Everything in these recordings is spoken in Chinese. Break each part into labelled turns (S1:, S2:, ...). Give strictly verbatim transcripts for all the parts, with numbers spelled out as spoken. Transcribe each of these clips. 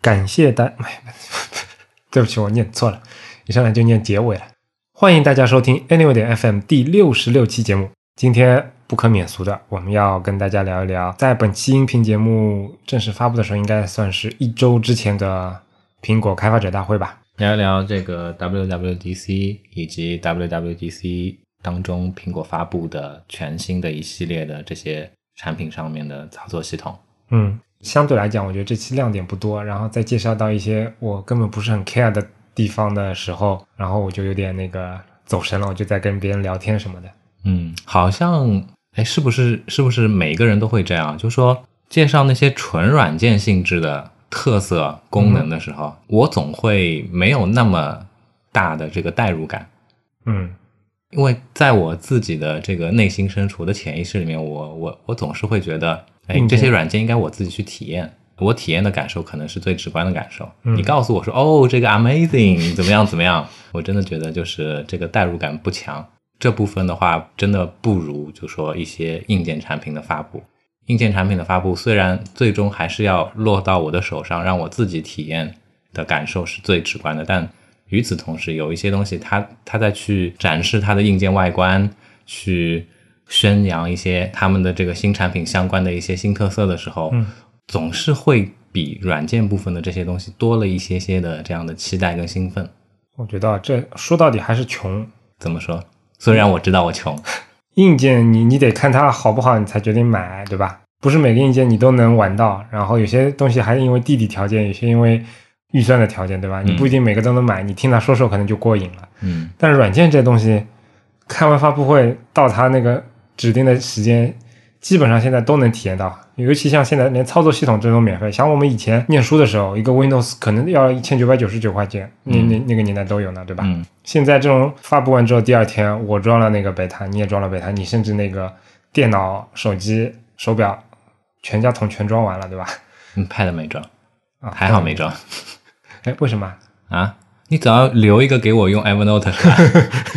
S1: 感谢大，对不起，我念错了，一上来就念结尾了。欢迎大家收听 Anyway 点 F M 第六十六期节目。今天不可免俗的，我们要跟大家聊一聊，在本期音频节目正式发布的时候，应该算是一周之前的苹果开发者大会吧。
S2: 聊一聊这个 W W D C 以及 W W D C 当中苹果发布的全新的一系列的这些产品上面的操作系统。
S1: 嗯，相对来讲我觉得这期亮点不多，然后再介绍到一些我根本不是很 care 的地方的时候，然后我就有点那个走神了，我就在跟别人聊天什么的。
S2: 嗯，好像哎，是不是是不是每个人都会这样，就是说介绍那些纯软件性质的特色功能的时候、嗯、我总会没有那么大的这个代入感。
S1: 嗯，
S2: 因为在我自己的这个内心深处的潜意识里面，我我我总是会觉得哎，这些软件应该我自己去体验，我体验的感受可能是最直观的感受、嗯、你告诉我说哦这个 amazing 怎么样怎么样，我真的觉得就是这个代入感不强。这部分的话真的不如就说一些硬件产品的发布。硬件产品的发布虽然最终还是要落到我的手上，让我自己体验的感受是最直观的，但与此同时有一些东西它它在去展示它的硬件外观，去宣扬一些他们的这个新产品相关的一些新特色的时候、嗯、总是会比软件部分的这些东西多了一些些的这样的期待跟兴奋。
S1: 我觉得这说到底还是穷。
S2: 怎么说？虽然我知道我穷，
S1: 硬件你你得看它好不好你才决定买，对吧？不是每个硬件你都能玩到，然后有些东西还因为地理条件，有些因为预算的条件，对吧？你不一定每个都能买、嗯、你听他说说可能就过瘾了。
S2: 嗯，
S1: 但是软件这东西开完发布会到他那个指定的时间基本上现在都能体验到，尤其像现在连操作系统这种免费，像我们以前念书的时候一个 Windows 可能要一千九百九十九块钱，那那那个年代都有呢，对吧、
S2: 嗯、
S1: 现在这种发布完之后第二天我装了那个贝塔，你也装了贝塔，你甚至那个电脑手机手表全家桶全装完了，对吧？
S2: 嗯 Pad 没装、啊、还好没装。
S1: 哎，为什么
S2: 啊？你只要留一个给我用 Evernote 是吧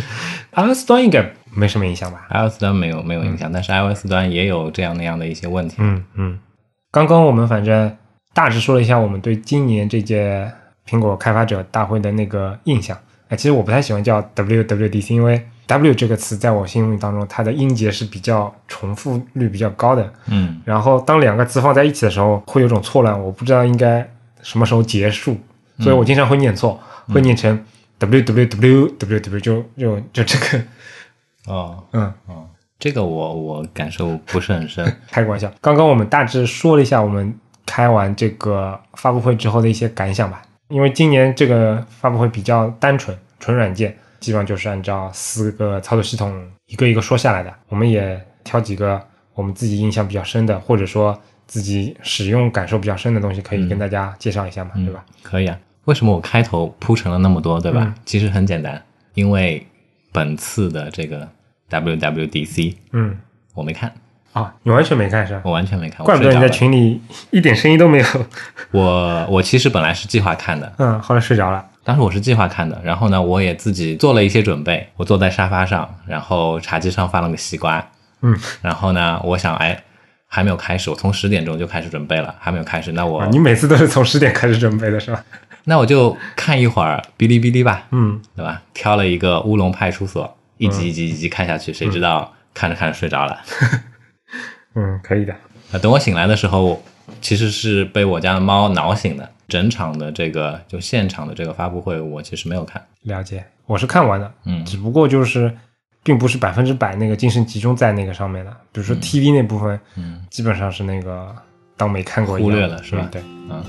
S1: iOS 端应该没什么影响吧？
S2: iOS 端没有没有影响、嗯、但是 iOS 端也有这样那样的一些问题。
S1: 嗯嗯，刚刚我们反正大致说了一下我们对今年这届苹果开发者大会的那个印象。哎，其实我不太喜欢叫 W W D C， 因为 W 这个词在我心目当中它的音节是比较重复率比较高的。
S2: 嗯，
S1: 然后当两个词放在一起的时候会有种错乱，我不知道应该什么时候结束，所以我经常会念错、嗯、会念成 W W W W W 就就就这个。
S2: 哦，
S1: 嗯
S2: 哦，这个我我感受不是很深。
S1: 开个玩笑，刚刚我们大致说了一下我们开完这个发布会之后的一些感想吧。因为今年这个发布会比较单纯，纯软件，基本上就是按照四个操作系统一个一个说下来的。我们也挑几个我们自己印象比较深的，或者说自己使用感受比较深的东西，可以跟大家介绍一下嘛，
S2: 嗯、
S1: 对吧？
S2: 可以啊。为什么我开头铺陈了那么多，对吧？嗯、其实很简单，因为本次的这个 W W D C
S1: 嗯，
S2: 我没看
S1: 啊，你完全没看是吧？
S2: 我完全没看，
S1: 怪不得你在群里一点声音都没有。
S2: 我我其实本来是计划看的，
S1: 嗯，后来睡着了。
S2: 当时我是计划看的，然后呢我也自己做了一些准备，我坐在沙发上，然后茶几上放了个西瓜，
S1: 嗯，
S2: 然后呢我想哎还没有开始，我从十点钟就开始准备了，还没有开始，那我、
S1: 啊、你每次都是从十点开始准备的是吧？
S2: 那我就看一会儿哔哩哔哩吧，
S1: 嗯，
S2: 对吧？挑了一个乌龙派出所，一集一集一集看下去，嗯、谁知道看着看着睡着了。
S1: 嗯，可以的。
S2: 等我醒来的时候，其实是被我家的猫挠醒的。整场的这个就现场的这个发布会，我其实没有看。
S1: 了解，我是看完的，
S2: 嗯，
S1: 只不过就是并不是百分之百那个精神集中在那个上面的。比如说 T V 那部分，
S2: 嗯，
S1: 基本上是那个当没看过一样，
S2: 忽略了是吧？
S1: 嗯、对，
S2: 嗯。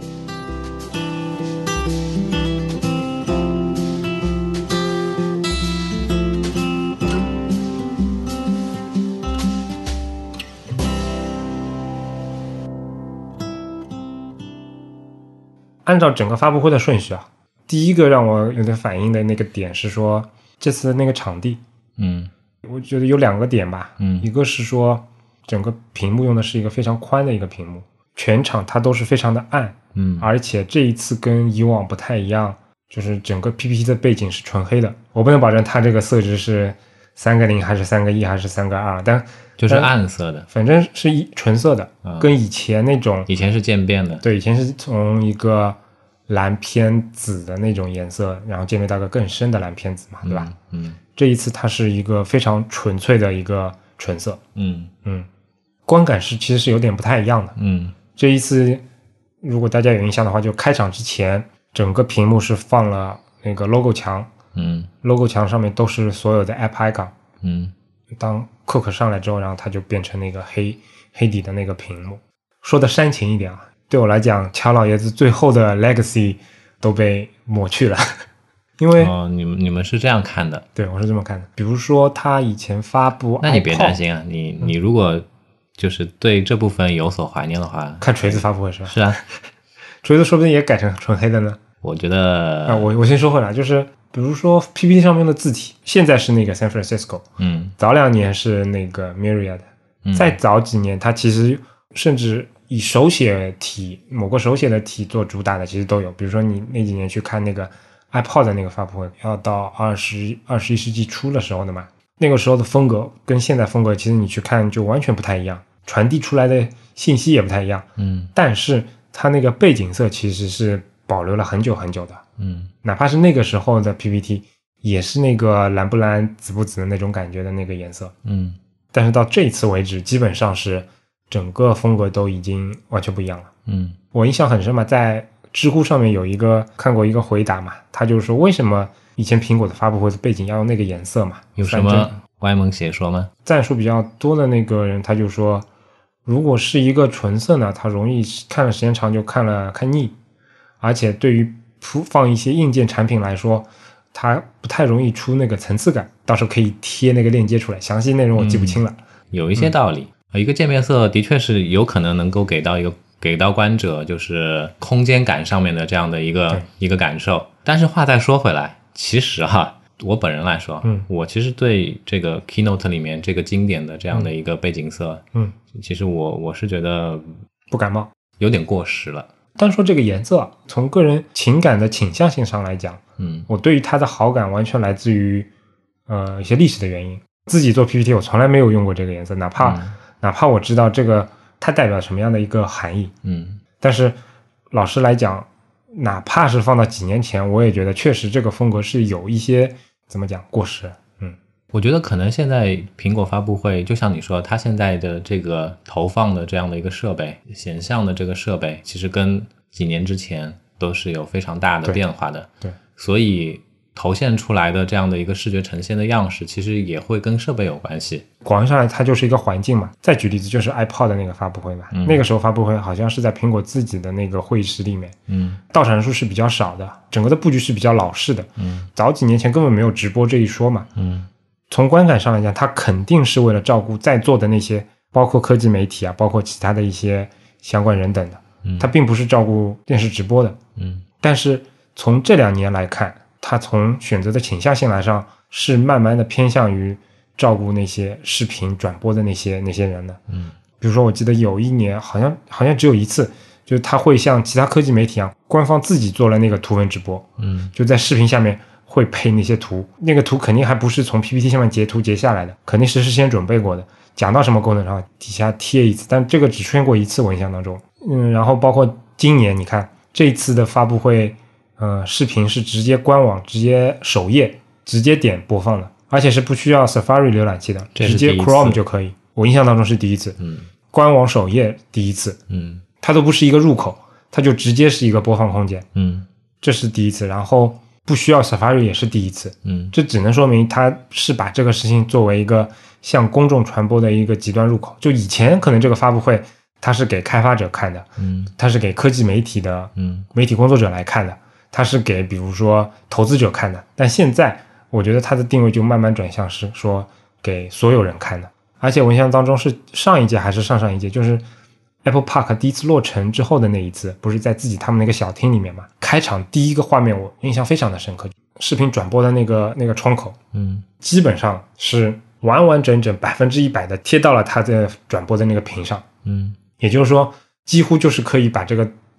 S1: 按照整个发布会的顺序啊，第一个让我有点反应的那个点是说这次那个场地，
S2: 嗯，
S1: 我觉得有两个点吧，
S2: 嗯，
S1: 一个是说整个屏幕用的是一个非常宽的一个屏幕，全场它都是非常的暗，
S2: 嗯，
S1: 而且这一次跟以往不太一样，就是整个 P P T 的背景是纯黑的，我不能保证它这个色值是三个零还是三个一还是三个二，但
S2: 就是暗色的，
S1: 反正是一纯色的、嗯，跟以前那种
S2: 以前是渐变的，
S1: 对，以前是从一个蓝偏紫的那种颜色，然后渐变到个更深的蓝偏紫嘛，对吧？
S2: 嗯，嗯
S1: 这一次它是一个非常纯粹的一个纯色，
S2: 嗯
S1: 嗯，观感是其实是有点不太一样的，
S2: 嗯，
S1: 这一次如果大家有印象的话，就开场之前整个屏幕是放了那个 logo 墙，
S2: 嗯
S1: ，logo 墙上面都是所有的 app icon，
S2: 嗯，
S1: 当 Cook 上来之后，然后它就变成那个黑黑底的那个屏幕。说的煽情一点啊，对我来讲，乔老爷子最后的 legacy 都被抹去了，因为
S2: 哦，你们你们是这样看的？
S1: 对，我是这么看的。比如说他以前发布 iPod，
S2: 那你别担心啊，你你如果就是对这部分有所怀念的话，
S1: 看锤子发布会是吧？
S2: 是啊，
S1: 锤子说不定也改成纯黑的呢。
S2: 我觉得
S1: 啊，我我先说回来，就是比如说 P P T 上面的字体，现在是那个 San Francisco，
S2: 嗯，
S1: 早两年是那个 Myriad，、嗯、再早几年它其实甚至以手写体某个手写的体做主打的，其实都有。比如说你那几年去看那个 iPod 的那个发布会，要到二十二十一世纪初的时候的嘛，那个时候的风格跟现在风格，其实你去看就完全不太一样，传递出来的信息也不太一样。
S2: 嗯，
S1: 但是它那个背景色其实是保留了很久很久的。
S2: 嗯，
S1: 哪怕是那个时候的 P P T， 也是那个蓝不蓝、紫不紫的那种感觉的那个颜色。
S2: 嗯，
S1: 但是到这一次为止，基本上是整个风格都已经完全不一样了。
S2: 嗯，
S1: 我印象很深嘛，在知乎上面有一个看过一个回答嘛，他就是说为什么以前苹果的发布会的背景要用那个颜色嘛？
S2: 有什么歪门邪说吗？
S1: 赞数比较多的那个人他就说，如果是一个纯色呢，它容易看了时间长就看了看腻，而且对于放一些硬件产品来说，它不太容易出那个层次感，到时候可以贴那个链接出来，详细内容我记不清了。
S2: 嗯、有一些道理、嗯、一个渐变色的确是有可能能够给到一个给到观者就是空间感上面的这样的一个一个感受。但是话再说回来，其实哈，我本人来说，
S1: 嗯，
S2: 我其实对这个 Keynote 里面这个经典的这样的一个背景色，
S1: 嗯，
S2: 其实我我是觉得
S1: 不感冒，
S2: 有点过时了。
S1: 单说这个颜色，从个人情感的倾向性上来讲，
S2: 嗯，
S1: 我对于它的好感完全来自于呃一些历史的原因。自己做 P P T 我从来没有用过这个颜色，哪怕、嗯、哪怕我知道这个它代表什么样的一个含义，
S2: 嗯，但
S1: 是老实来讲，哪怕是放到几年前，我也觉得确实这个风格是有一些怎么讲过时。嗯，
S2: 我觉得可能现在苹果发布会，就像你说，它现在的这个投放的这样的一个设备，显像的这个设备，其实跟几年之前都是有非常大的变化的。
S1: 对，对，
S2: 所以投现出来的这样的一个视觉呈现的样式，其实也会跟设备有关系。
S1: 广义上来，它就是一个环境嘛。再举例子，就是 iPod 的那个发布会嘛、嗯，那个时候发布会好像是在苹果自己的那个会议室里面，
S2: 嗯，
S1: 到场人数是比较少的，整个的布局是比较老式的，
S2: 嗯，
S1: 早几年前根本没有直播这一说嘛，
S2: 嗯，
S1: 从观感上来讲，它肯定是为了照顾在座的那些，包括科技媒体啊，包括其他的一些相关人等的，
S2: 嗯，
S1: 它并不是照顾电视直播的，
S2: 嗯，
S1: 但是从这两年来看，它从选择的倾向性来上是慢慢的偏向于照顾那些视频转播的那些那些人的。
S2: 嗯，
S1: 比如说我记得有一年好像好像只有一次，就是他会像其他科技媒体一样，官方自己做了那个图文直播，
S2: 嗯，
S1: 就在视频下面会配那些图，那个图肯定还不是从 P P T 上面截图截下来的，肯定是事先准备过的，讲到什么功能上底下贴一次，但这个只出现过一次我印象当中。嗯，然后包括今年你看这一次的发布会，呃，视频是直接官网直接首页直接点播放的，而且是不需要 Safari 浏览器的，直接 Chrome 就可以。我印象当中是第一次，
S2: 嗯，
S1: 官网首页第一次，
S2: 嗯，
S1: 它都不是一个入口，它就直接是一个播放空间，
S2: 嗯，
S1: 这是第一次。然后不需要 Safari 也是第一次，
S2: 嗯，
S1: 这只能说明它是把这个事情作为一个向公众传播的一个极端入口。就以前可能这个发布会它是给开发者看的，
S2: 嗯，
S1: 它是给科技媒体的，
S2: 嗯，
S1: 媒体工作者来看的，它是给比如说投资者看的。但现在我觉得它的定位就慢慢转向是说给所有人看的。而且我印象当中是上一届还是上上一届，就是 Apple Park 第一次落成之后的那一次，不是在自己他们那个小厅里面嘛，开场第一个画面我印象非常的深刻，视频转播的那个那个窗口，
S2: 嗯，
S1: 基本上是完完整整百分之一百的贴到了它的转播的那个屏上，
S2: 嗯，
S1: 也就是说几乎就是可以把这个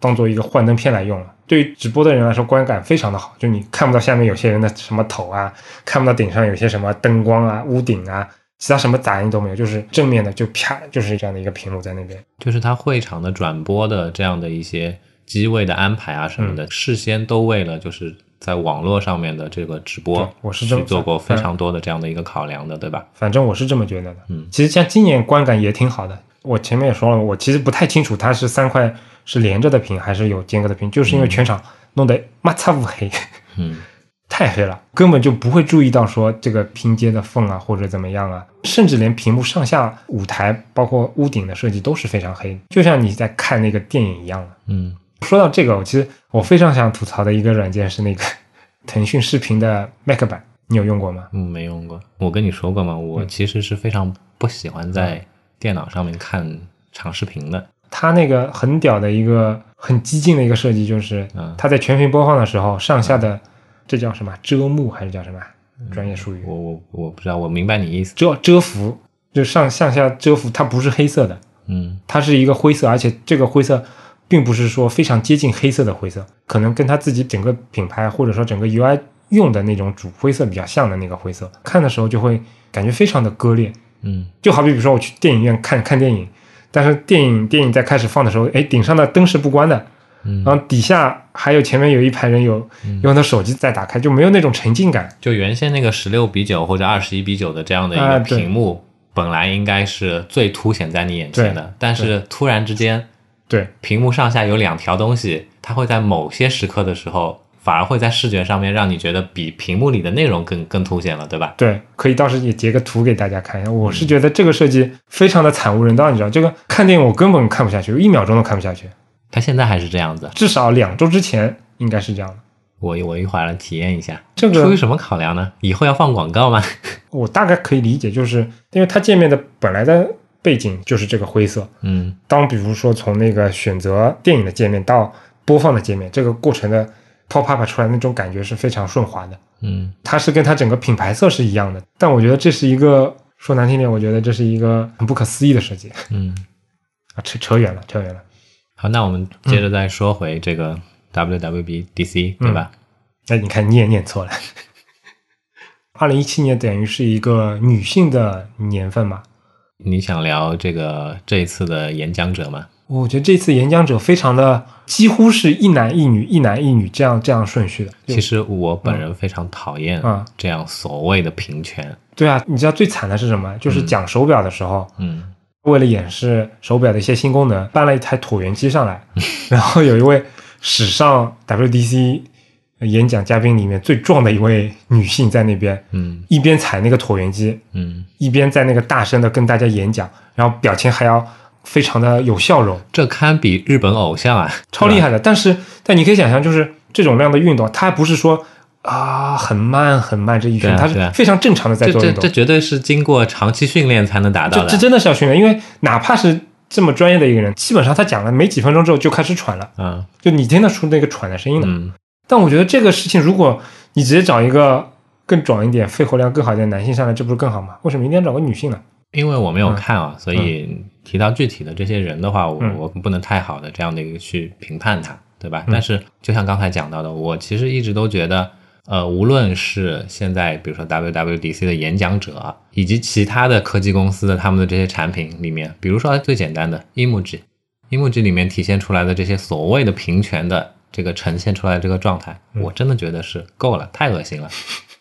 S1: 当做一个幻灯片来用了。对于直播的人来说，观感非常的好，就你看不到下面有些人的什么头啊，看不到顶上有些什么灯光啊、屋顶啊，其他什么杂音都没有，就是正面的就啪，就是这样的一个屏幕在那边。
S2: 就是它会场的转播的这样的一些机位的安排啊什么的，嗯、事先都为了就是在网络上面的这个直播，
S1: 我是这么
S2: 去做过非常多的这样的一个考量的，对吧？
S1: 反正我是这么觉得的。
S2: 嗯，
S1: 其实像今年观感也挺好的。我前面也说了，我其实不太清楚它是三块是连着的屏还是有间隔的屏，就是因为全场弄得抹擦乌黑，
S2: 嗯，
S1: 太黑了，根本就不会注意到说这个拼接的缝啊或者怎么样啊，甚至连屏幕上下舞台包括屋顶的设计都是非常黑，就像你在看那个电影一样的。
S2: 嗯，
S1: 说到这个，我其实我非常想吐槽的一个软件是那个腾讯视频的 Mac 版，你有用过吗？
S2: 嗯，没用过。我跟你说过吗？我其实是非常不喜欢在电脑上面看长视频的。
S1: 它那个很屌的一个很激进的一个设计，就是它在全屏播放的时候，上下的、嗯、这叫什么遮幕还是叫什么专业术语？
S2: 我我我不知道，我明白你意思。
S1: 遮遮幅，就上向下遮幅，它不是黑色的，
S2: 嗯，
S1: 它是一个灰色，而且这个灰色并不是说非常接近黑色的灰色，可能跟它自己整个品牌或者说整个 U I 用的那种主灰色比较像的那个灰色，看的时候就会感觉非常的割裂。
S2: 嗯，
S1: 就好比比如说我去电影院看看电影，但是电影电影在开始放的时候，哎，顶上的灯是不关的，
S2: 嗯，
S1: 然后底下还有前面有一排人有、嗯、用的手机在打开，就没有那种沉浸感。
S2: 就原先那个十六比九或者二十一比九的这样的一个屏幕、啊、本来应该是最凸显在你眼前的，但是突然之间，
S1: 对，
S2: 屏幕上下有两条东西，它会在某些时刻的时候反而会在视觉上面让你觉得比屏幕里的内容更更凸显了，对吧？
S1: 对，可以到时也截个图给大家看一下。我是觉得这个设计非常的惨无人道，你知道，这个看电影我根本看不下去，一秒钟都看不下去。
S2: 它现在还是这样子？
S1: 至少两周之前应该是这样的。
S2: 我我一会儿来体验一下。
S1: 这个
S2: 出于什么考量呢？以后要放广告吗？
S1: 我大概可以理解，就是因为它界面的本来的背景就是这个灰色。
S2: 嗯，
S1: 当比如说从那个选择电影的界面到播放的界面，这个过程的pop up 出来那种感觉是非常顺滑的。
S2: 嗯，
S1: 它是跟它整个品牌色是一样的，但我觉得这是一个说难听点，我觉得这是一个很不可思议的设计。
S2: 嗯，
S1: 啊，扯扯远了，扯远了。
S2: 好，那我们接着再说回这个 W W D C、嗯、对吧？
S1: 哎，你看你也念错了。二零一七年等于是一个女性的年份嘛？
S2: 你想聊这个这一次的演讲者吗？
S1: 我觉得这次演讲者非常的几乎是一男一女一男一女这样这样顺序的。
S2: 其实我本人非常讨厌这样所谓的平权、嗯、
S1: 对啊，你知道最惨的是什么？就是讲手表的时候，
S2: 嗯，
S1: 为了演示手表的一些新功能，搬了一台椭圆机上来，然后有一位史上 W D C 演讲嘉宾里面最壮的一位女性在那边，
S2: 嗯，
S1: 一边踩那个椭圆机，
S2: 嗯，
S1: 一边在那个大声的跟大家演讲，然后表情还要非常的有笑容，
S2: 这堪比日本偶像啊，
S1: 超厉害的。但是但你可以想象，就是这种量的运动，它还不是说啊很慢很慢这一圈，它是非常正常的在做运动。
S2: 这 这, 这绝对是经过长期训练才能达到的。
S1: 这这真的是要训练，因为哪怕是这么专业的一个人，基本上他讲了没几分钟之后就开始喘了，
S2: 嗯，
S1: 就你听得出那个喘的声音的。
S2: 嗯，
S1: 但我觉得这个事情，如果你直接找一个更壮一点、肺活量更好一点的男性上来，这不是更好吗？为什么一定要找个女性呢？
S2: 因为我没有看啊、嗯，所以提到具体的这些人的话，我、
S1: 嗯、
S2: 我不能太好的这样的一个去评判他，对吧、
S1: 嗯？
S2: 但是就像刚才讲到的，我其实一直都觉得，呃，无论是现在比如说 W W D C 的演讲者，以及其他的科技公司的他们的这些产品里面，比如说最简单的 emoji，emoji 里面体现出来的这些所谓的平权的这个呈现出来的这个状态，
S1: 嗯、
S2: 我真的觉得是够了，太恶心了。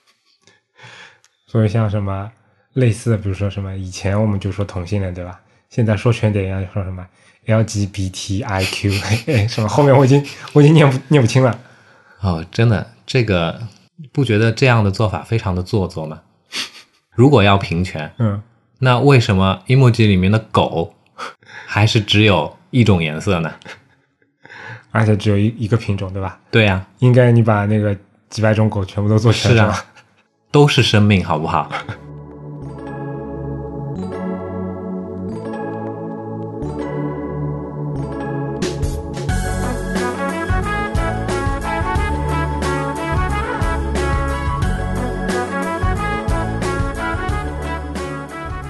S1: 所以像什么类似的，比如说什么以前我们就说同性恋，对吧？现在说全点要说什么 L G B T I Q 什么，后面我已经我已经念不念不清了。
S2: 哦，真的，这个不觉得这样的做法非常的做作吗？如果要平权，
S1: 嗯，
S2: 那为什么 emoji 里面的狗还是只有一种颜色呢？
S1: 而且只有一一个品种，对吧？
S2: 对呀、啊，
S1: 应该你把那个几百种狗全部都做全是
S2: 啊，都是生命，好不好？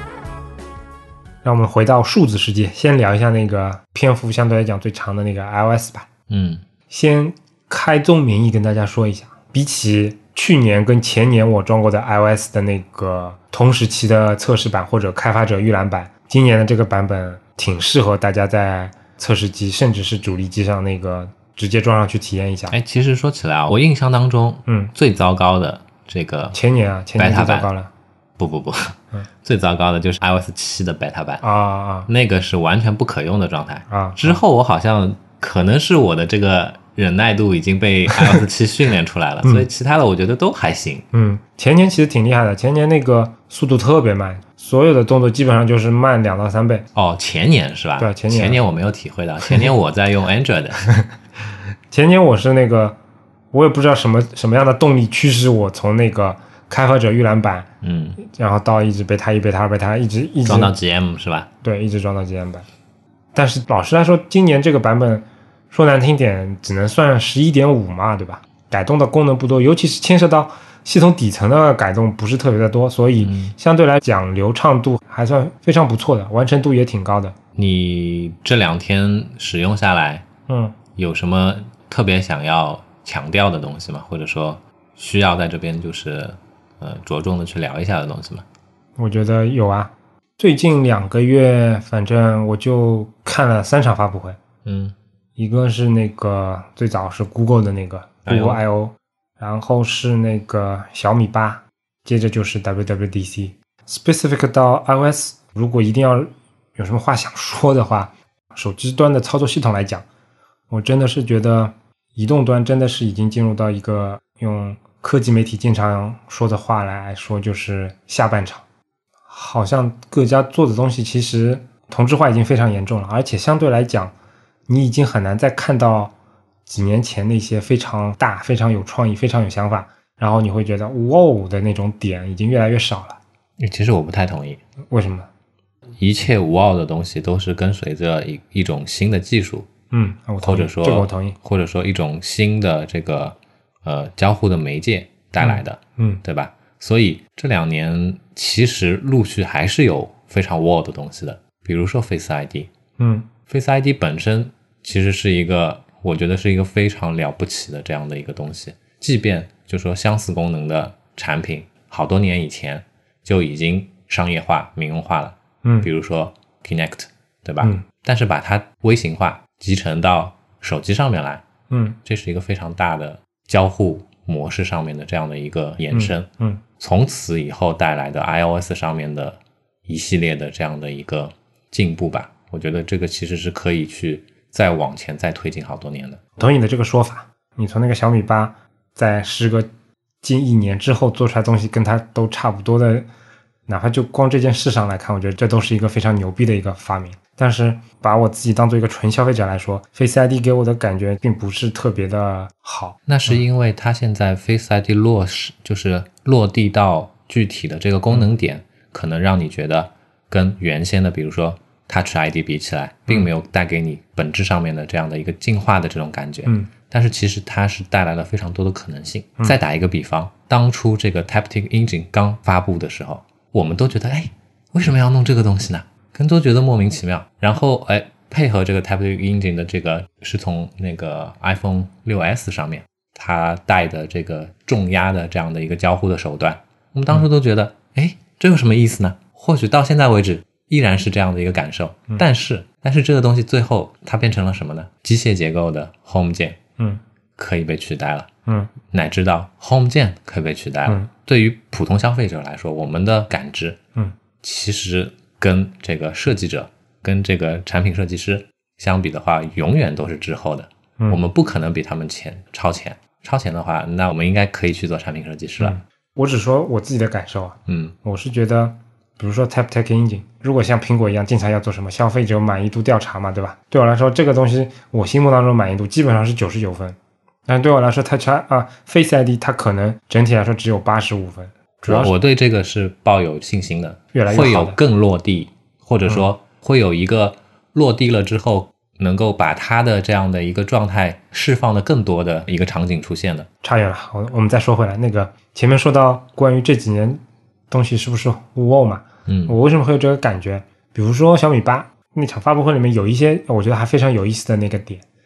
S1: 让我们回到数字世界，先聊一下那个篇幅相对来讲最长的那个 iOS 吧。
S2: 嗯，
S1: 先开宗明义跟大家说一下，比起去年跟前年我装过的 iOS 的那个同时期的测试版或者开发者预览版，今年的这个版本挺适合大家在测试机甚至是主力机上那个直接装上去体验一下。
S2: 哎，其实说起来啊，我印象当中，
S1: 嗯，
S2: 最糟糕的这个
S1: 前年啊，前年最糟糕了。
S2: 不不不，嗯，最糟糕的就是 iOS 七的 beta 版
S1: 啊啊，
S2: 那个是完全不可用的状态
S1: 啊。
S2: 之后我好像可能是我的这个忍耐度已经被 iOS 七训练出来了，
S1: 嗯、
S2: 所以其他的我觉得都还行。
S1: 嗯，前年其实挺厉害的，前年那个速度特别慢，所有的动作基本上就是慢两到三倍。
S2: 哦，前年是吧？
S1: 对，前年。
S2: 前年我没有体会到，前年我在用 Android。
S1: 前年我是那个，我也不知道什么什么样的动力驱使我从那个开发者预览版，
S2: 嗯，
S1: 然后到一直beta一、beta 二、beta 一直一直
S2: 装到 G M 是吧？
S1: 对，一直装到 G M 版。但是老实来说，今年这个版本说难听点，只能算 十一点五 嘛，对吧？改动的功能不多，尤其是牵涉到系统底层的改动不是特别的多，所以相对来讲流畅度还算非常不错的，完成度也挺高的。
S2: 你这两天使用下来，
S1: 嗯，
S2: 有什么特别想要强调的东西吗？或者说需要在这边就是呃着重的去聊一下的东西吗？
S1: 我觉得有啊，最近两个月反正我就看了三场发布会。
S2: 嗯，
S1: 一个是那个最早是 Google 的那个 Google I O， 然后是那个小米八，接着就是 W W D C。Specific 到 iOS， 如果一定要有什么话想说的话，手机端的操作系统来讲，我真的是觉得移动端真的是已经进入到一个用科技媒体经常说的话来说，就是下半场。好像各家做的东西其实同质化已经非常严重了，而且相对来讲你已经很难再看到几年前那些非常大非常有创意非常有想法，然后你会觉得哇哦的那种点已经越来越少了。
S2: 其实我不太同意。
S1: 为什么？
S2: 一切无奥的东西都是跟随着一一种新的技术，
S1: 嗯，我同意，
S2: 或者说
S1: 这个我同意，
S2: 或者说一种新的这个呃交互的媒介带来的，
S1: 嗯，
S2: 对吧？所以这两年其实陆续还是有非常 wow 的东西的，比如说 Face I D，
S1: 嗯
S2: ，Face I D 本身其实是一个我觉得是一个非常了不起的这样的一个东西，即便就说相似功能的产品好多年以前就已经商业化民用化了，
S1: 嗯，
S2: 比如说 Kinect， 对吧？
S1: 嗯，
S2: 但是把它微型化集成到手机上面来，
S1: 嗯，
S2: 这是一个非常大的交互模式上面的这样的一个延伸，
S1: 嗯，嗯
S2: 从此以后带来的 iOS 上面的一系列的这样的一个进步吧，我觉得这个其实是可以去再往前再推进好多年的。
S1: 同意你的这个说法，你从那个小米八在时隔近一年之后做出来的东西跟它都差不多的，哪怕就光这件事上来看，我觉得这都是一个非常牛逼的一个发明。但是把我自己当做一个纯消费者来说， Face I D 给我的感觉并不是特别的好。
S2: 那是因为它现在 Face I D 落实、嗯、就是落地到具体的这个功能点、嗯、可能让你觉得跟原先的比如说 Touch I D 比起来并没有带给你本质上面的这样的一个进化的这种感觉，嗯，但是其实它是带来了非常多的可能性、嗯、再打一个比方，当初这个 Taptic Engine 刚发布的时候，我们都觉得哎，为什么要弄这个东西呢？跟都觉得莫名其妙，然后哎，配合这个 Taptic Engine 的这个是从那个 iPhone 六 S 上面它带的这个重压的这样的一个交互的手段，我们当时都觉得哎、嗯，这有什么意思呢？或许到现在为止依然是这样的一个感受、嗯、但是但是这个东西最后它变成了什么呢？机械结构的 Home 键嗯，可以被取代了，嗯，乃至到 Home 键可以被取代了、嗯、对于普通消费者来说，我们的感知嗯，其实跟这个设计者跟这个产品设计师相比的话永远都是滞后的、嗯、我们不可能比他们前超前超前的话，那我们应该可以去做产品设计师了、嗯、
S1: 我只说我自己的感受啊，
S2: 嗯，
S1: 我是觉得比如说 Taptic Engine 如果像苹果一样经常要做什么消费者满意度调查嘛，对吧？对我来说这个东西我心目当中满意度基本上是九十九分，但对我来说 Touch 啊 Face I D 它可能整体来说只有八十五分，主要
S2: 我对这个是抱有信心的，
S1: 越来越好的，
S2: 会有更落地，或者说会有一个落地了之后能够把它的这样的一个状态释放的更多的一个场景出现的。
S1: 差远了，我我们再说回来，那个前面说到关于这几年东西是不是wow嘛，嗯，我为什么会有这个感觉？比如说小米八那场发布会里面有一些我觉得还非常有意思的那个点，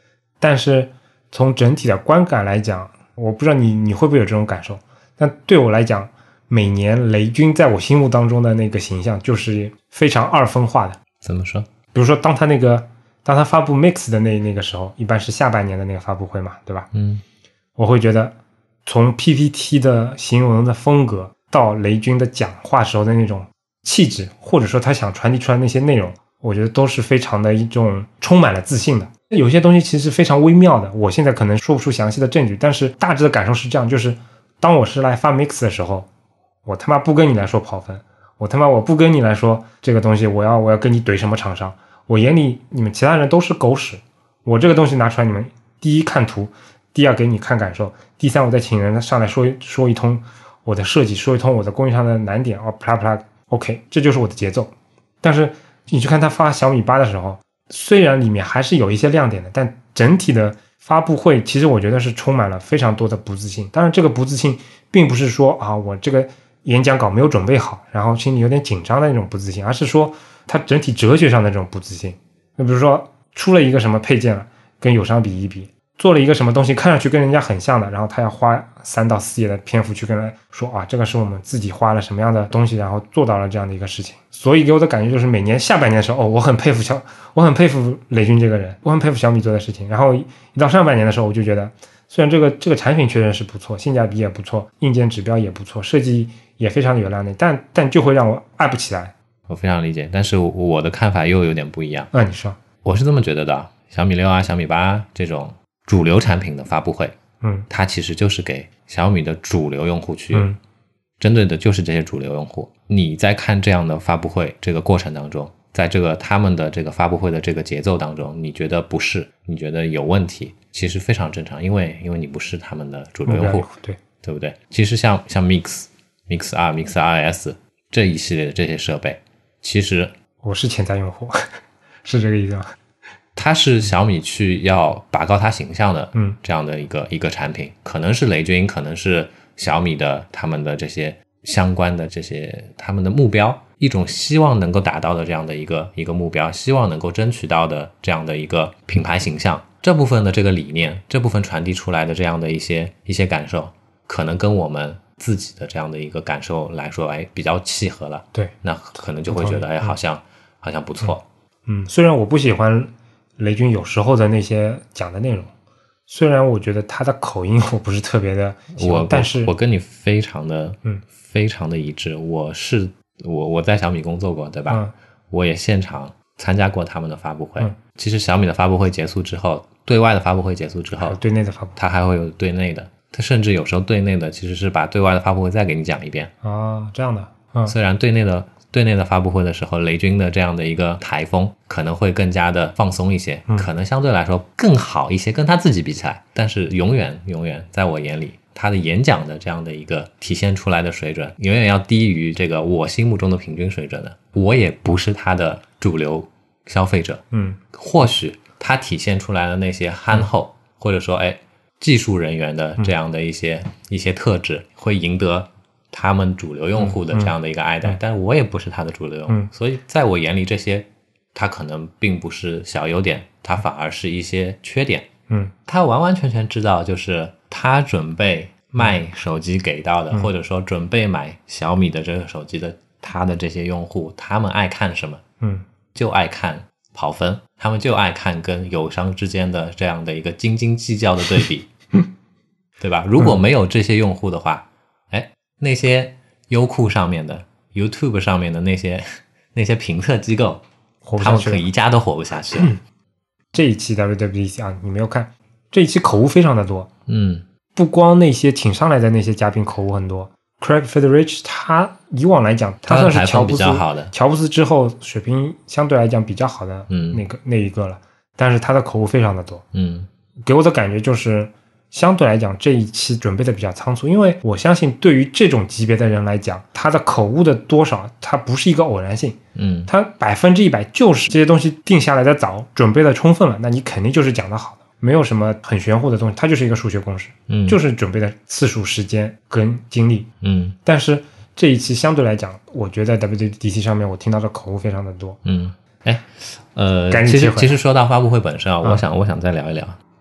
S1: 但是从整体的观感来讲，我不知道你你会不会有这种感受，但对我来讲，每年雷军在我心目当中的那个形象就是非常二分化的。
S2: 怎么说？
S1: 比如说当他那个当他发布 Mix 的那那个时候，一般是下半年的那个发布会嘛，对吧？
S2: 嗯，
S1: 我会觉得从 P P T 的形容的风格到雷军的讲话时候的那种气质，或者说他想传递出来那些内容，我觉得都是非常的一种充满了自信的。有些东西其实非常微妙的，我现在可能说不出详细的证据，但是大致的感受是这样，就是当我是来发 Mix 的时候，我他妈不跟你来说跑分，我他妈我不跟你来说这个东西我要我要跟你怼什么厂商，我眼里你们其他人都是狗屎，我这个东西拿出来，你们第一看图，第二给你看感受，第三我再请人上来说说一通我的设计，说一通我的供应商的难点，哦，啪啪 OK， 这就是我的节奏。但是你去看他发小米八的时候，虽然里面还是有一些亮点的，但整体的发布会其实我觉得是充满了非常多的不自信。当然这个不自信并不是说啊我这个演讲稿没有准备好，然后心里有点紧张的那种不自信，而是说它整体哲学上的这种不自信。那比如说出了一个什么配件了，跟友商比一比，做了一个什么东西看上去跟人家很像的，然后他要花三到四页的篇幅去跟人说啊，这个是我们自己花了什么样的东西，然后做到了这样的一个事情。所以给我的感觉就是每年下半年的时候，哦，我很佩服小，我很佩服雷军这个人，我很佩服小米做的事情。然后一到上半年的时候，我就觉得虽然这个这个产品确实是不错，性价比也不错，硬件指标也不错，设计也非常有亮点，但但就会让我爱不起来。
S2: 我非常理解，但是我的看法又有点不一样。
S1: 那、啊、你说？
S2: 我是这么觉得的，小米六啊、小米八这种主流产品的发布会，
S1: 嗯，
S2: 它其实就是给小米的主流用户去、
S1: 嗯、
S2: 针对的就是这些主流用户。你在看这样的发布会这个过程当中，在这个他们的这个发布会的这个节奏当中，你觉得不适，你觉得有问题，其实非常正常，因为因为你不是他们的主流用户，
S1: 对
S2: 对不对？其实像像 Mix Mix R Mix R S 这一系列的这些设备，其实
S1: 我是潜在用户是这个意思吗？
S2: 它是小米去要拔高它形象的
S1: 嗯，
S2: 这样的一个、嗯、一个产品，可能是雷军，可能是小米的他们的这些相关的这些他们的目标，一种希望能够达到的这样的一个一个目标，希望能够争取到的这样的一个品牌形象，这部分的这个理念，这部分传递出来的这样的一些一些感受，可能跟我们自己的这样的一个感受来说，哎，比较契合了。
S1: 对，
S2: 那可能就会觉得，哎，好像、嗯、好像不错。
S1: 嗯，虽然我不喜欢雷军有时候的那些讲的内容，虽然我觉得他的口音我不是特别的喜欢，
S2: 我
S1: 但是
S2: 我跟你非常的
S1: 嗯
S2: 非常的一致。我是我我在小米工作过，对吧？
S1: 嗯、
S2: 我也现场参加过他们的发布会、
S1: 嗯。
S2: 其实小米的发布会结束之后，对外的发布会结束之后，
S1: 对内的发布会，
S2: 它还会有对内的。它甚至有时候对内的其实是把对外的发布会再给你讲一遍
S1: 啊，这样的。嗯，
S2: 虽然对内的对内的发布会的时候，雷军的这样的一个台风可能会更加的放松一些、嗯、可能相对来说更好一些，跟他自己比起来，但是永远永远在我眼里，他的演讲的这样的一个体现出来的水准永远要低于这个我心目中的平均水准的。我也不是他的主流消费者，
S1: 嗯，
S2: 或许他体现出来的那些憨厚、嗯、或者说哎技术人员的这样的一些、嗯、一些特质会赢得他们主流用户的这样的一个爱戴、嗯嗯、但是我也不是他的主流用户、嗯、所以在我眼里这些他可能并不是小优点，他反而是一些缺点。
S1: 嗯，
S2: 他完完全全知道就是他准备卖手机给到的、嗯、或者说准备买小米的这个手机的他的这些用户，他们爱看什么？
S1: 嗯，
S2: 就爱看跑分，他们就爱看跟友商之间的这样的一个斤斤计较的对比对吧？如果没有这些用户的话、嗯、哎，那些优酷上面的 YouTube 上面的那些那些评测机构，他们可一家都活不下去了、嗯、
S1: 这一期 W W D C 啊，你没有看这一期口误非常的多。
S2: 嗯，
S1: 不光那些请上来的那些嘉宾口误很多， Craig Federich 他以往来讲他算是乔布斯乔布斯之后水平相对来讲比较好的那个、嗯、那一个了，但是他的口误非常的多。
S2: 嗯，
S1: 给我的感觉就是相对来讲这一期准备的比较仓促，因为我相信对于这种级别的人来讲，他的口误的多少它不是一个偶然性，
S2: 嗯，
S1: 他百分之一百就是这些东西定下来的早，准备的充分了，那你肯定就是讲的好的，没有什么很玄乎的东西，它就是一个数学公式，
S2: 嗯，
S1: 就是准备的次数、时间跟精力，
S2: 嗯，
S1: 但是这一期相对来讲，我觉得在 W W D C 上面我听到的口误非常的多，
S2: 嗯，哎，呃，其实其实说到发布会本身啊，我想、嗯、我想再聊一聊。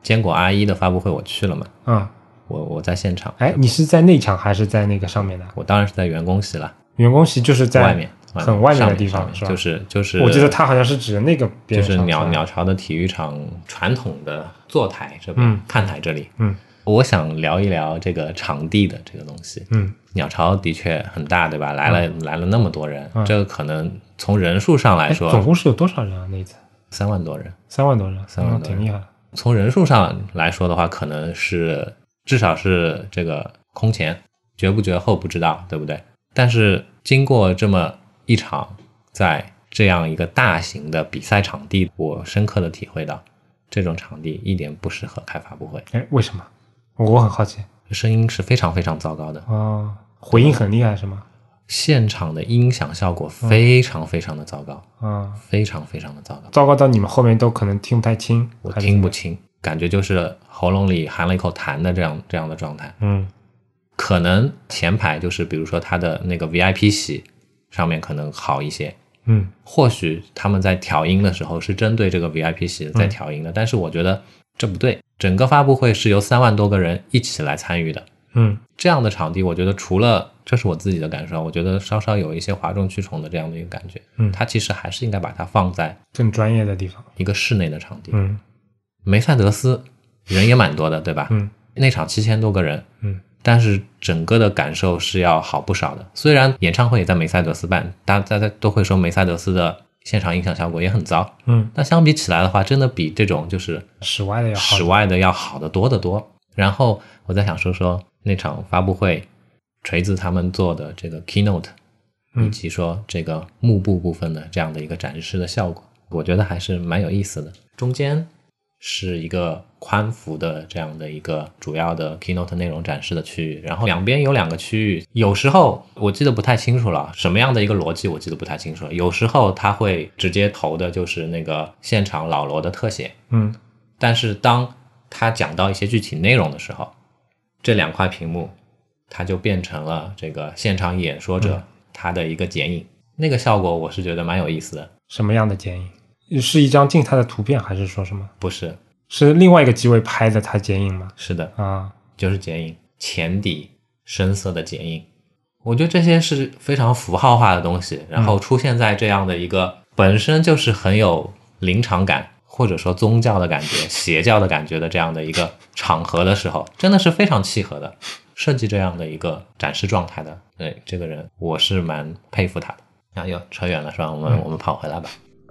S2: 坚果 R 一的发布会我去了嘛，
S1: 嗯，
S2: 我我在现场。
S1: 哎，你是在内场还是在那个上面的？
S2: 我当然是在员工席了。
S1: 员工席就是在
S2: 外面，
S1: 很外面的地
S2: 上
S1: 方，是吧？
S2: 就是就是，
S1: 我记得它好像是指那个边
S2: 就是
S1: 上，
S2: 鸟鸟巢的体育场传统的坐台这边，
S1: 嗯
S2: 看台这里。
S1: 嗯，
S2: 我想聊一聊这个场地的这个东西。
S1: 嗯，
S2: 鸟巢的确很大，对吧？来了、嗯、来了那么多人、
S1: 嗯，
S2: 这个可能从人数上来说，
S1: 总共是有多少人啊？那一次
S2: 三万多人，
S1: 三万多人，
S2: 三万多人，
S1: 挺厉害。
S2: 从人数上来说的话，可能是至少是这个空前，绝不绝后不知道，对不对？但是经过这么一场，在这样一个大型的比赛场地，我深刻的体会到，这种场地一点不适合开发布会。
S1: 哎，为什么？我很好奇。
S2: 声音是非常非常糟糕的。
S1: 哦，回音很厉害是吗？
S2: 现场的音响效果非常非常的糟糕。
S1: 嗯，
S2: 非常非常的糟糕。
S1: 糟糕到你们后面都可能听不太清。
S2: 我听不清，感觉就是喉咙里含了一口痰的这样这样的状态。
S1: 嗯，
S2: 可能前排就是比如说他的那个 V I P 席上面可能好一些。
S1: 嗯，
S2: 或许他们在调音的时候是针对这个 V I P 席在调音的、嗯、但是我觉得这不对。整个发布会是由三万多个人一起来参与的。
S1: 嗯，
S2: 这样的场地我觉得除了，这是我自己的感受，我觉得稍稍有一些哗众取宠的这样的一个感觉。
S1: 嗯，
S2: 它其实还是应该把它放在
S1: 更专业的地方，
S2: 一个室内的场地。
S1: 嗯，
S2: 梅赛德斯人也蛮多的，对吧？
S1: 嗯，
S2: 那场七千多个人。
S1: 嗯，
S2: 但是整个的感受是要好不少的。虽然演唱会也在梅赛德斯办，大家都会说梅赛德斯的现场音响效果也很糟。
S1: 嗯，
S2: 但相比起来的话，真的比这种就是
S1: 室外的要好，
S2: 室外的要好得多得多。然后我再想说说那场发布会，锤子他们做的这个 keynote，、嗯、以及说这个幕布部分的这样的一个展示的效果，我觉得还是蛮有意思的。中间是一个宽幅的这样的一个主要的 keynote 内容展示的区域，然后两边有两个区域，有时候我记得不太清楚了，什么样的一个逻辑我记得不太清楚了。有时候他会直接投的就是那个现场老罗的特写，
S1: 嗯，
S2: 但是当他讲到一些具体内容的时候，这两块屏幕它就变成了这个现场演说者他的一个剪影、嗯、那个效果我是觉得蛮有意思的。
S1: 什么样的剪影？是一张静态的图片还是说什么？
S2: 不是，
S1: 是另外一个机位拍的他剪影吗？
S2: 是的
S1: 啊，
S2: 就是剪影，前底深色的剪影。我觉得这些是非常符号化的东西，然后出现在这样的一个本身就是很有临场感或者说宗教的感觉邪教的感觉的这样的一个场合的时候，真的是非常契合的。设计这样的一个展示状态的，对这个人我是蛮佩服他的。啊，又扯远了是吧？我们、嗯、我们跑回来吧。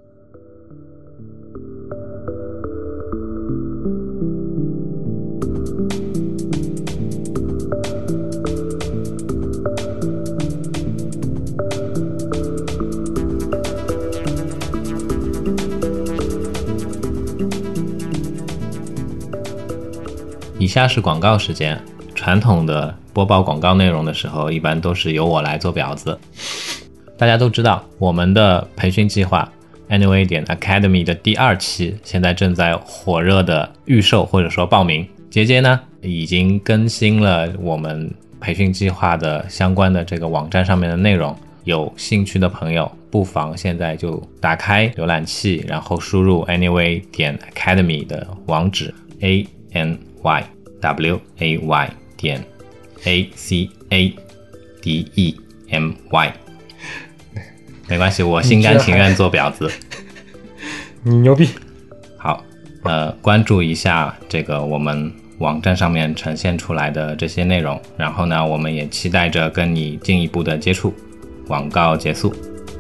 S2: 以下是广告时间。传统的播报广告内容的时候，一般都是由我来做婊子。大家都知道，我们的培训计划 Anyway 点 Academy 的第二期现在正在火热的预售或者说报名。杰杰呢已经更新了我们培训计划的相关的这个网站上面的内容，有兴趣的朋友不妨现在就打开浏览器，然后输入 Anyway 点 Academy 的网址 A N Y W A Y 点 A C A D E M Y。 没关系，我心甘情愿做婊子。
S1: 你牛逼。
S2: 好，呃，关注一下这个我们网站上面呈现出来的这些内容，然后呢，我们也期待着跟你进一步的接触。广告结束。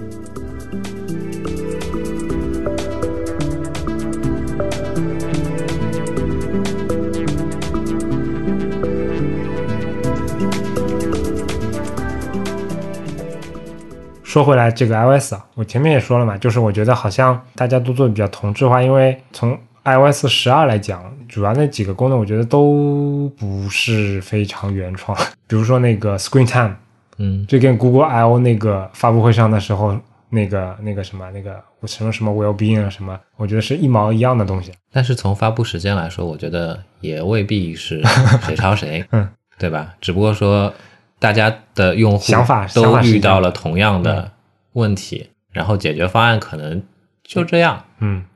S1: 说回来这个 iOS 啊，我前面也说了嘛，就是我觉得好像大家都做的比较同质化，因为从 iOS 十二来讲，主要那几个功能我觉得都不是非常原创。比如说那个 Screen Time，
S2: 嗯，
S1: 这跟 Google I O 那个发布会上的时候那个那个什么那个什么什么 Wellbeing 啊什么，我觉得是一毛一样的东西。
S2: 但是从发布时间来说，我觉得也未必是谁抄谁，
S1: 嗯，
S2: 对吧？只不过说大家的用户
S1: 想法
S2: 都遇到了同样的问题，然后解决方案可能就这样。
S1: 嗯，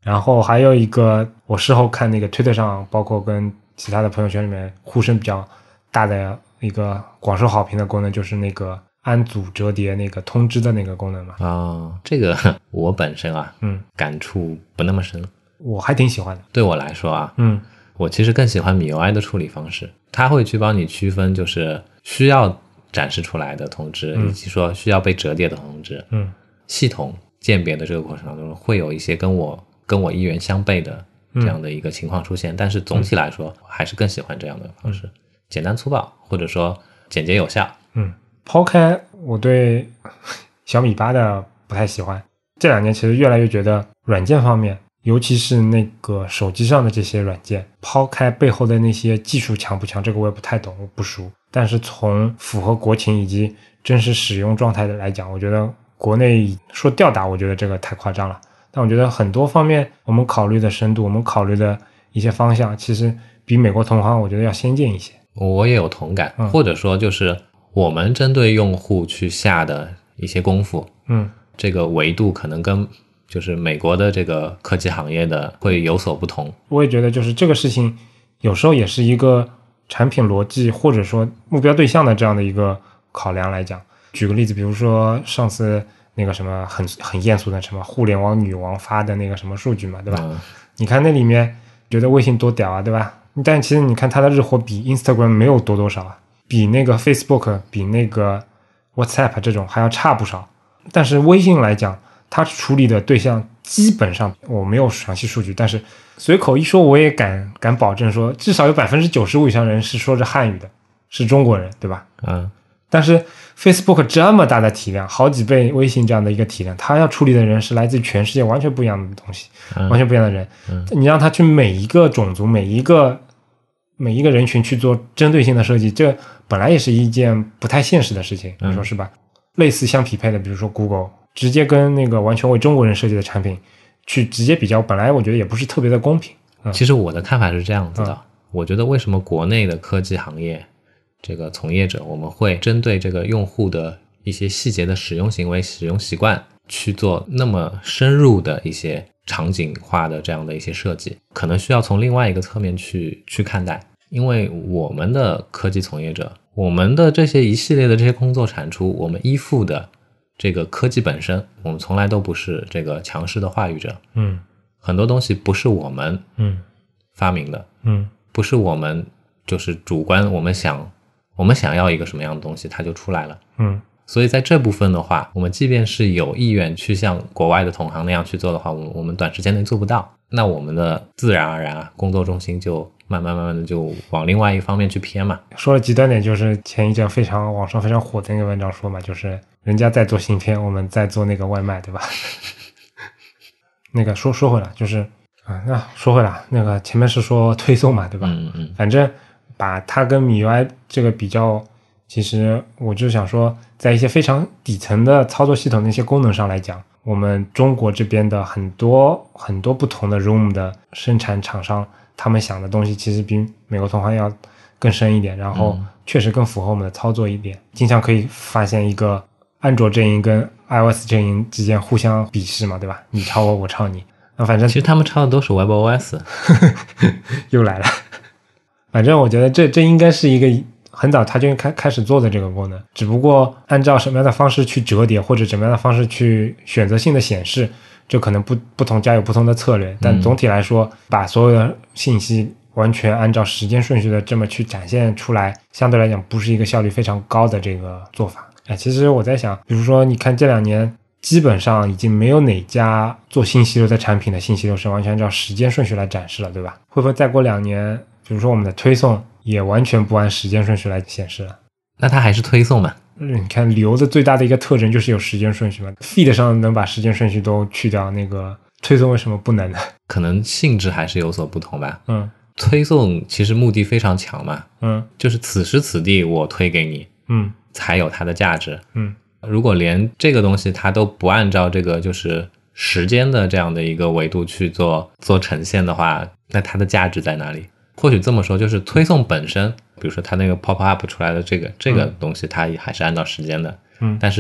S1: 然后还有一个我事后看那个推特上，包括跟其他的朋友圈里面呼声比较大的一个广受好评的功能，就是那个安组折叠那个通知的那个功能嘛。
S2: 哦，这个我本身啊，
S1: 嗯，
S2: 感触不那么深。
S1: 我还挺喜欢的。
S2: 对我来说啊，
S1: 嗯，
S2: 我其实更喜欢 M I U I 的处理方式，它会去帮你区分就是需要展示出来的通知，
S1: 嗯、
S2: 以及说需要被折叠的通知。
S1: 嗯，
S2: 系统鉴别的这个过程当中，会有一些跟我跟我意愿相悖的这样的一个情况出现，嗯、但是总体来说，我还是更喜欢这样的方式，嗯、简单粗暴，或者说简洁有效。
S1: 嗯，抛开我对小米八的不太喜欢，这两年其实越来越觉得软件方面，尤其是那个手机上的这些软件，抛开背后的那些技术强不强，这个我也不太懂，我不熟。但是从符合国情以及真实使用状态的来讲，我觉得国内说吊打，我觉得这个太夸张了。但我觉得很多方面我们考虑的深度，我们考虑的一些方向，其实比美国同行我觉得要先进一些。
S2: 我也有同感，
S1: 嗯、
S2: 或者说就是我们针对用户去下的一些功夫，
S1: 嗯，
S2: 这个维度可能跟就是美国的这个科技行业的会有所不同。
S1: 我也觉得就是这个事情有时候也是一个产品逻辑或者说目标对象的这样的一个考量来讲。举个例子，比如说上次那个什么很很艳俗的什么互联网女王发的那个什么数据嘛，对吧？
S2: 嗯、
S1: 你看那里面觉得微信多屌啊，对吧？但其实你看它的日活比 Instagram 没有多多少啊，比那个 Facebook 比那个 WhatsApp 这种还要差不少。但是微信来讲，它处理的对象基本上我没有详细数据，但是随口一说我也敢敢保证说至少有 百分之九十五 以上人是说着汉语的，是中国人，对吧？
S2: 嗯。
S1: 但是 Facebook 这么大的体量，好几倍微信这样的一个体量，它要处理的人是来自于全世界完全不一样的东西，
S2: 嗯、
S1: 完全不一样的人、嗯、你让他去每一个种族每一个每一个人群去做针对性的设计，这本来也是一件不太现实的事情，你说是吧？嗯、类似相匹配的，比如说 Google 直接跟那个完全为中国人设计的产品去直接比较，本来我觉得也不是特别的公平。
S2: 嗯、其实我的看法是这样子的、嗯、我觉得为什么国内的科技行业这个从业者，我们会针对这个用户的一些细节的使用行为使用习惯去做那么深入的一些场景化的这样的一些设计，可能需要从另外一个侧面去去看待。因为我们的科技从业者，我们的这些一系列的这些工作产出，我们依附的这个科技本身，我们从来都不是这个强势的话语者。
S1: 嗯，
S2: 很多东西不是我们嗯发明的，
S1: 嗯，
S2: 不是我们就是主观我们想我们想要一个什么样的东西它就出来了。
S1: 嗯，
S2: 所以在这部分的话，我们即便是有意愿去像国外的同行那样去做的话，我们我们短时间内做不到，那我们的自然而然啊，工作重心就慢慢慢慢的就往另外一方面去偏嘛。
S1: 说了极端点，就是前一阵非常网上非常火的那个文章说嘛，就是人家在做芯片，我们在做那个外卖，对吧？那个说说回来，就是啊，那说回来，那个前面是说推送嘛，对吧？
S2: 嗯嗯。
S1: 反正把它跟 M I U I 这个比较，其实我就想说，在一些非常底层的操作系统的一些功能上来讲，我们中国这边的很多很多不同的 R O M 的生产厂商，他们想的东西其实比美国同行要更深一点，然后确实更符合我们的操作一点。经常可以发现一个安卓阵营跟 iOS 阵营之间互相鄙视嘛，对吧？你抄我，我抄你。那反正
S2: 其实他们抄的都是 WebOS
S1: 又来了。反正我觉得这这应该是一个很早他就开开始做的这个功能，只不过按照什么样的方式去折叠，或者什么样的方式去选择性的显示，就可能不不同家有不同的策略。但总体来说，嗯、把所有的信息完全按照时间顺序的这么去展现出来，相对来讲不是一个效率非常高的这个做法。哎，其实我在想，比如说你看这两年基本上已经没有哪家做信息流的产品的信息流是完全按照时间顺序来展示了，对吧？会不会再过两年，比如说我们的推送也完全不按时间顺序来显示了？
S2: 那它还是推送嘛？
S1: 嗯，你看流的最大的一个特征就是有时间顺序嘛 ，feed 上能把时间顺序都去掉，那个推送为什么不能呢？
S2: 可能性质还是有所不同吧。
S1: 嗯，
S2: 推送其实目的非常强嘛。
S1: 嗯，
S2: 就是此时此地我推给你，
S1: 嗯，
S2: 才有它的价值。
S1: 嗯，
S2: 如果连这个东西它都不按照这个就是时间的这样的一个维度去做做呈现的话，那它的价值在哪里？或许这么说，就是推送本身，比如说它那个 pop up 出来的这个这个东西，它也还是按照时间的。
S1: 嗯，
S2: 但是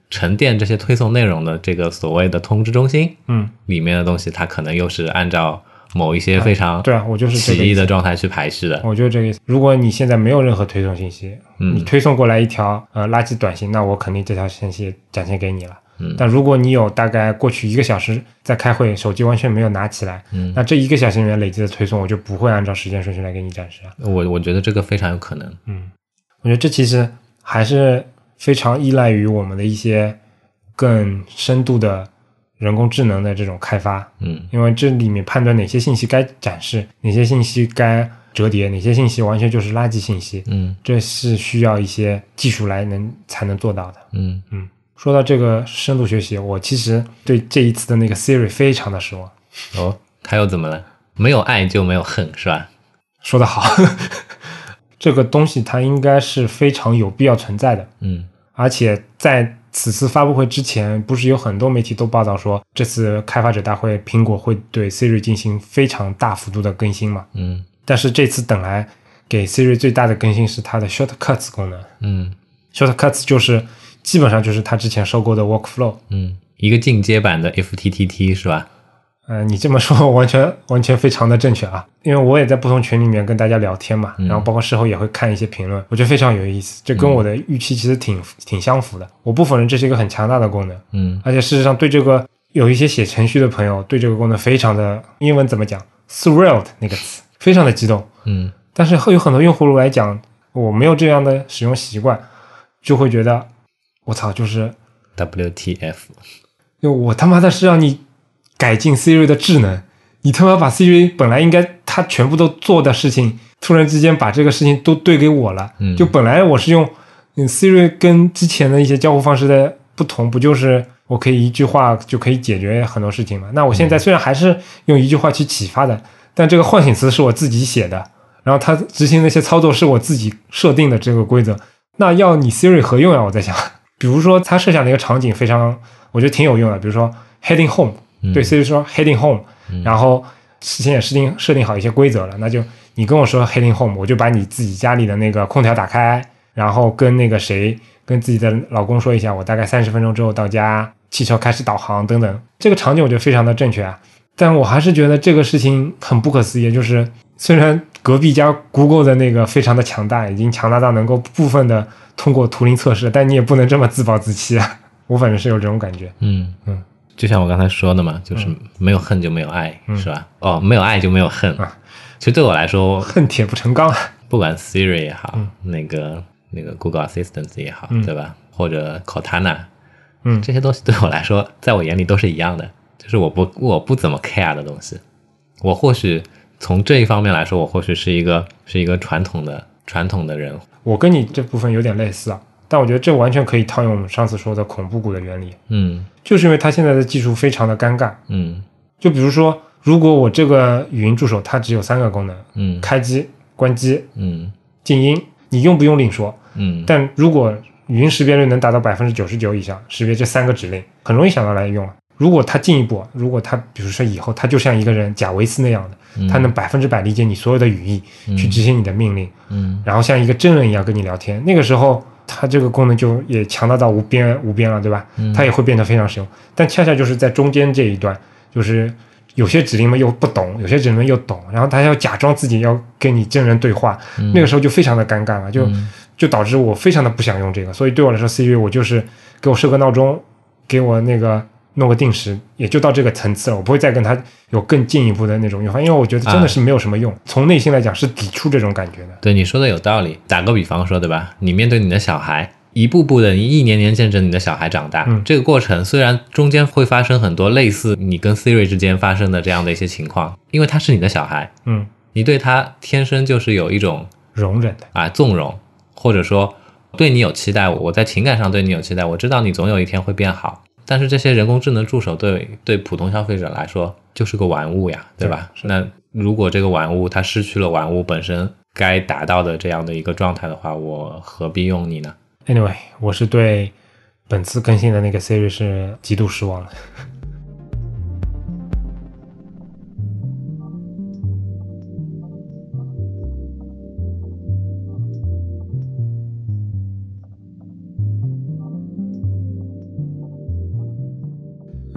S2: 沉淀这些推送内容的这个所谓的通知中心，
S1: 嗯，
S2: 里面的东西它可能又是按照某一些非常
S1: 对啊，我就是这个
S2: 奇异的状态去排序的。
S1: 我就是这个意思。如果你现在没有任何推送信息，
S2: 嗯，
S1: 你推送过来一条呃垃圾短信，那我肯定这条信息展现给你了。
S2: 嗯，
S1: 但如果你有大概过去一个小时在开会，手机完全没有拿起来，
S2: 嗯，
S1: 那这一个小时里面累积的推送，我就不会按照时间顺序来给你展示啊。
S2: 我我觉得这个非常有可能。
S1: 嗯，我觉得这其实还是非常依赖于我们的一些更深度的人工智能的这种开发。
S2: 嗯，
S1: 因为这里面判断哪些信息该展示，哪些信息该折叠，哪些信息完全就是垃圾信息。
S2: 嗯，
S1: 这是需要一些技术来能才能做到的。
S2: 嗯
S1: 嗯。说到这个深度学习，我其实对这一次的那个 Siri 非常的失望。
S2: 哦，他又怎么了？没有爱就没有恨，是吧？
S1: 说得好。这个东西它应该是非常有必要存在的。
S2: 嗯，
S1: 而且在此次发布会之前，不是有很多媒体都报道说，这次开发者大会苹果会对 Siri 进行非常大幅度的更新嘛？
S2: 嗯，
S1: 但是这次等来给 Siri 最大的更新是它的 Shortcuts 功能。
S2: 嗯
S1: Shortcuts 就是基本上就是它之前收购的 Workflow。
S2: 嗯，一个进阶版的 F T T T 是吧？
S1: 呃，你这么说完全完全非常的正确啊，因为我也在不同群里面跟大家聊天嘛，
S2: 嗯、
S1: 然后包括事后也会看一些评论，我觉得非常有意思，这跟我的预期其实挺、嗯、挺相符的。我不否认这是一个很强大的功能，
S2: 嗯，
S1: 而且事实上对这个有一些写程序的朋友对这个功能非常的，英文怎么讲 thrilled 那个词，非常的激动，
S2: 嗯，
S1: 但是有很多用户来讲，我没有这样的使用习惯，就会觉得我操，就是
S2: W T F，
S1: 就我他妈的是让你改进 Siri 的智能，你他妈把 Siri 本来应该他全部都做的事情，突然之间把这个事情都对给我了。
S2: 嗯，
S1: 就本来我是用、嗯、Siri 跟之前的一些交互方式的不同，不就是我可以一句话就可以解决很多事情嘛？那我现在虽然还是用一句话去启发的，但这个唤醒词是我自己写的，然后它执行那些操作是我自己设定的这个规则，那要你 Siri 何用啊？我在想，比如说他设想的一个场景非常，我觉得挺有用的，比如说 heading home。对 Siri 说 heading home、嗯、然后事先也设定设定好一些规则了，那就你跟我说 heading home， 我就把你自己家里的那个空调打开，然后跟那个谁跟自己的老公说一下，我大概三十分钟之后到家，汽车开始导航等等。这个场景我觉得非常的正确啊，但我还是觉得这个事情很不可思议，就是虽然隔壁家 Google 的那个非常的强大，已经强大到能够部分的通过图灵测试，但你也不能这么自暴自弃啊，我反正是有这种感觉。
S2: 嗯
S1: 嗯，
S2: 就像我刚才说的嘛，就是没有恨就没有爱、嗯、是吧？哦，没有爱就没有恨、啊、其实对我来说，
S1: 恨铁不成钢，
S2: 不管 Siri 也好、
S1: 嗯、
S2: 那个那个 Google Assistant 也好、
S1: 嗯、
S2: 对吧？或者 Cortana，
S1: 嗯，
S2: 这些东西对我来说，在我眼里都是一样的，就是我不我不怎么 care 的东西。我或许从这一方面来说，我或许是一个是一个传统的传统的人。
S1: 我跟你这部分有点类似啊，但我觉得这完全可以套用我们上次说的恐怖谷的原理。
S2: 嗯，
S1: 就是因为它现在的技术非常的尴尬。
S2: 嗯，
S1: 就比如说，如果我这个语音助手它只有三个功能，
S2: 嗯，
S1: 开机、关机，
S2: 嗯，
S1: 静音，你用不用另说，
S2: 嗯，
S1: 但如果语音识别率能达到百分之九十九以上，识别这三个指令，很容易想到来用了。如果它进一步，如果它比如说以后它就像一个人贾维斯那样的，
S2: 嗯、
S1: 它能百分之百理解你所有的语义、嗯，去执行你的命令，
S2: 嗯，
S1: 然后像一个真人一样跟你聊天，那个时候它这个功能就也强大到无边无边了，对吧？
S2: 嗯，它
S1: 也会变得非常实用。但恰恰就是在中间这一段，就是有些指令们又不懂，有些指令们又懂，然后他要假装自己要跟你真人对话，
S2: 嗯、
S1: 那个时候就非常的尴尬了，就、
S2: 嗯、
S1: 就导致我非常的不想用这个。所以对我来说 Siri 我就是给我设个闹钟，给我那个弄个定时，也就到这个层次了，我不会再跟他有更进一步的那种用法，因为我觉得真的是没有什么用、啊、从内心来讲是抵触这种感觉的。
S2: 对，你说的有道理。打个比方说，对吧？你面对你的小孩，一步步的，你一年年见证你的小孩长大、
S1: 嗯、
S2: 这个过程虽然中间会发生很多类似你跟 Siri 之间发生的这样的一些情况，因为他是你的小孩，
S1: 嗯，
S2: 你对他天生就是有一种
S1: 容忍的
S2: 啊纵容，或者说对你有期待，我在情感上对你有期待，我知道你总有一天会变好。但是这些人工智能助手对对普通消费者来说就是个玩物呀，对吧？
S1: 对，
S2: 那如果这个玩物它失去了玩物本身该达到的这样的一个状态的话，我何必用你呢？
S1: Anyway， 我是对本次更新的那个 Siri 是极度失望了。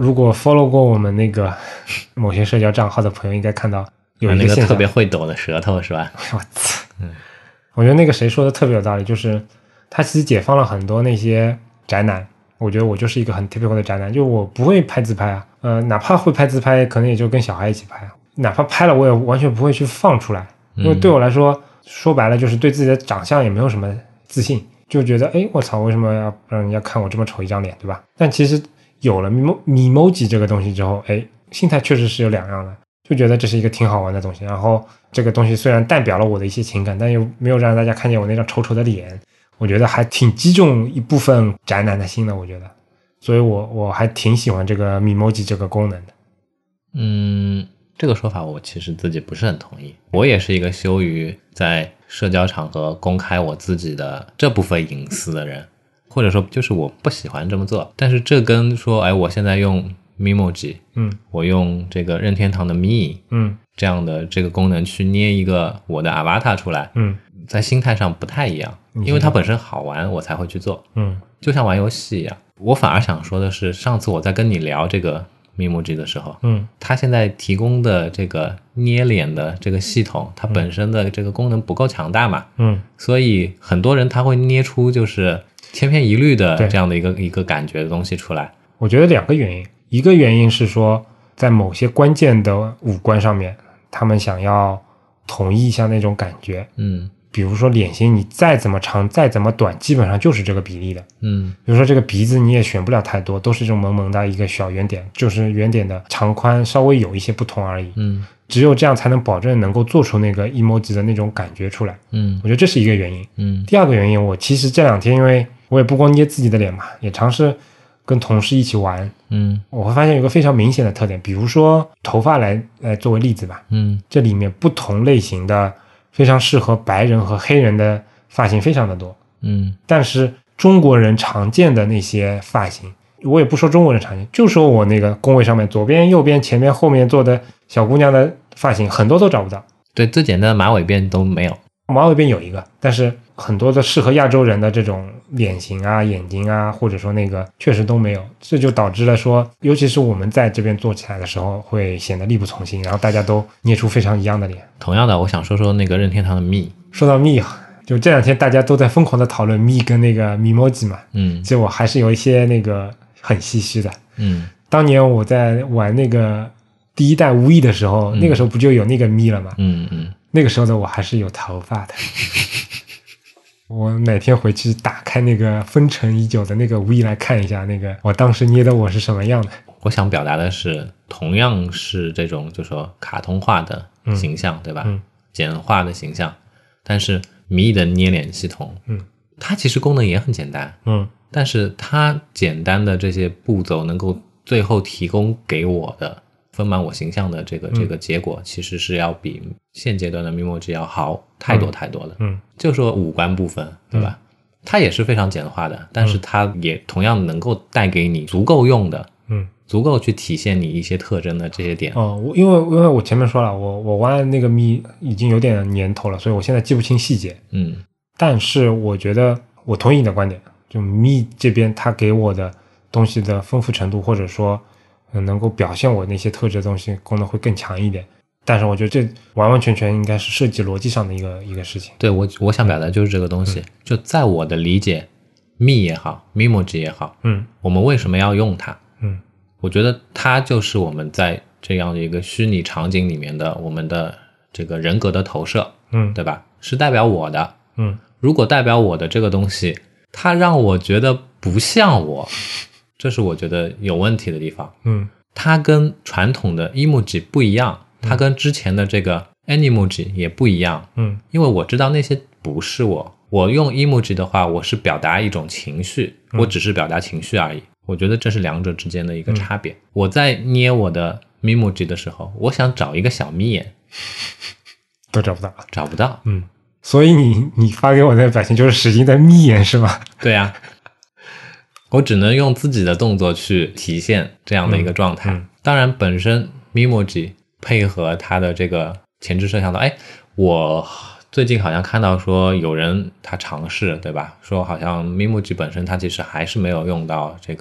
S1: 如果 follow 过我们那个某些社交账号的朋友应该看到有一个现象，
S2: 那个特别会抖的舌头是吧？
S1: 我操！嗯，我觉得那个谁说的特别有道理，就是他其实解放了很多那些宅男。我觉得我就是一个很 typical 的宅男，就我不会拍自拍啊，呃，哪怕会拍自拍，可能也就跟小孩一起拍啊，哪怕拍了我也完全不会去放出来，因为对我来说，嗯、说白了就是对自己的长相也没有什么自信，就觉得哎，我操，为什么要让人家看我这么丑一张脸，对吧？但其实有了 Memoji 这个东西之后，哎，心态确实是有两样的，就觉得这是一个挺好玩的东西。然后这个东西虽然代表了我的一些情感，但又没有让大家看见我那张丑丑的脸。我觉得还挺击中一部分宅男的心的，我觉得，所以我我还挺喜欢这个 Memoji 这个功能的。
S2: 嗯，这个说法我其实自己不是很同意。我也是一个羞于在社交场合公开我自己的这部分隐私的人，或者说就是我不喜欢这么做。但是这跟说，哎，我现在用 Memoji， 嗯，我用这个任天堂的 Me， 嗯，这样的这个功能去捏一个我的 Avatar 出来，嗯，在心态上不太一样。因为它本身好玩我才会去做，嗯，就像玩游戏一样。我反而想说的是，上次我在跟你聊这个 Memoji 的时候，嗯，它现在提供的这个捏脸的这个系统，它本身的这个功能不够强大嘛，嗯，所以很多人他会捏出就是千篇一律的这样的一个一个感觉的东西出来。
S1: 我觉得两个原因，一个原因是说在某些关键的五官上面，他们想要统一一下那种感觉，嗯。比如说脸型你再怎么长再怎么短基本上就是这个比例的，嗯，比如说这个鼻子你也选不了太多，都是这种萌萌的一个小圆点，就是圆点的长宽稍微有一些不同而已，嗯，只有这样才能保证能够做出那个 emoji 的那种感觉出来，嗯，我觉得这是一个原因，嗯，第二个原因，我其实这两天因为我也不光捏自己的脸嘛，也尝试跟同事一起玩，嗯，我会发现有一个非常明显的特点，比如说头发来来作为例子吧，嗯，这里面不同类型的非常适合白人和黑人的发型非常的多，嗯，但是中国人常见的那些发型，我也不说中国人常见，就说我那个工位上面左边右边前面后面做的小姑娘的发型很多都找不到。
S2: 对，最简单的马尾辫都没有，
S1: 马尾辫有一个，但是很多的适合亚洲人的这种脸型啊眼睛啊或者说那个确实都没有，这就导致了说尤其是我们在这边做起来的时候会显得力不从心，然后大家都捏出非常一样的脸。
S2: 同样的我想说说那个任天堂的 Me，
S1: 说到 Me 就这两天大家都在疯狂的讨论 Me 跟那个 Memoji 嘛，嗯，其实我还是有一些那个很唏嘘的，嗯，当年我在玩那个第一代无意的时候、嗯、那个时候不就有那个 Me 了吗，嗯嗯，那个时候的我还是有头发的我哪天回去打开那个封尘已久的那个无意来看一下那个我当时捏的我是什么样的。
S2: 我想表达的是同样是这种就说卡通化的形象、嗯、对吧、嗯、简化的形象，但是Mi的捏脸系统嗯，它其实功能也很简单嗯，但是它简单的这些步骤能够最后提供给我的丰满我形象的这个这个结果、嗯、其实是要比现阶段的 Memoji 要好太多太多的嗯，就说五官部分对吧、嗯、它也是非常简化的，但是它也同样能够带给你足够用的嗯，足够去体现你一些特征的这些点
S1: 哦。因为因为我前面说了我我玩那个 Mi 已经有点年头了，所以我现在记不清细节嗯，但是我觉得我同意你的观点，就 Mi 这边它给我的东西的丰富程度或者说能够表现我那些特质的东西功能会更强一点，但是我觉得这完完全全应该是设计逻辑上的一个一个事情。
S2: 对，我我想表达就是这个东西、嗯、就在我的理解 Me 也好 Memoji 也好嗯，我们为什么要用它嗯，我觉得它就是我们在这样的一个虚拟场景里面的我们的这个人格的投射嗯，对吧，是代表我的嗯，如果代表我的这个东西它让我觉得不像我，这是我觉得有问题的地方嗯，它跟传统的 emoji 不一样，它跟之前的这个 Animoji 也不一样嗯，因为我知道那些不是我，我用 emoji 的话我是表达一种情绪、嗯、我只是表达情绪而已，我觉得这是两者之间的一个差别、嗯、我在捏我的 Memoji 的时候我想找一个小眯眼
S1: 都找不到
S2: 找不到
S1: 嗯，所以你你发给我的表情就是使劲在眯眼是吗？
S2: 对啊，我只能用自己的动作去体现这样的一个状态、嗯嗯、当然本身 Memoji 配合它的这个前置摄像头，哎，我最近好像看到说有人他尝试对吧，说好像 Memoji 本身它其实还是没有用到这个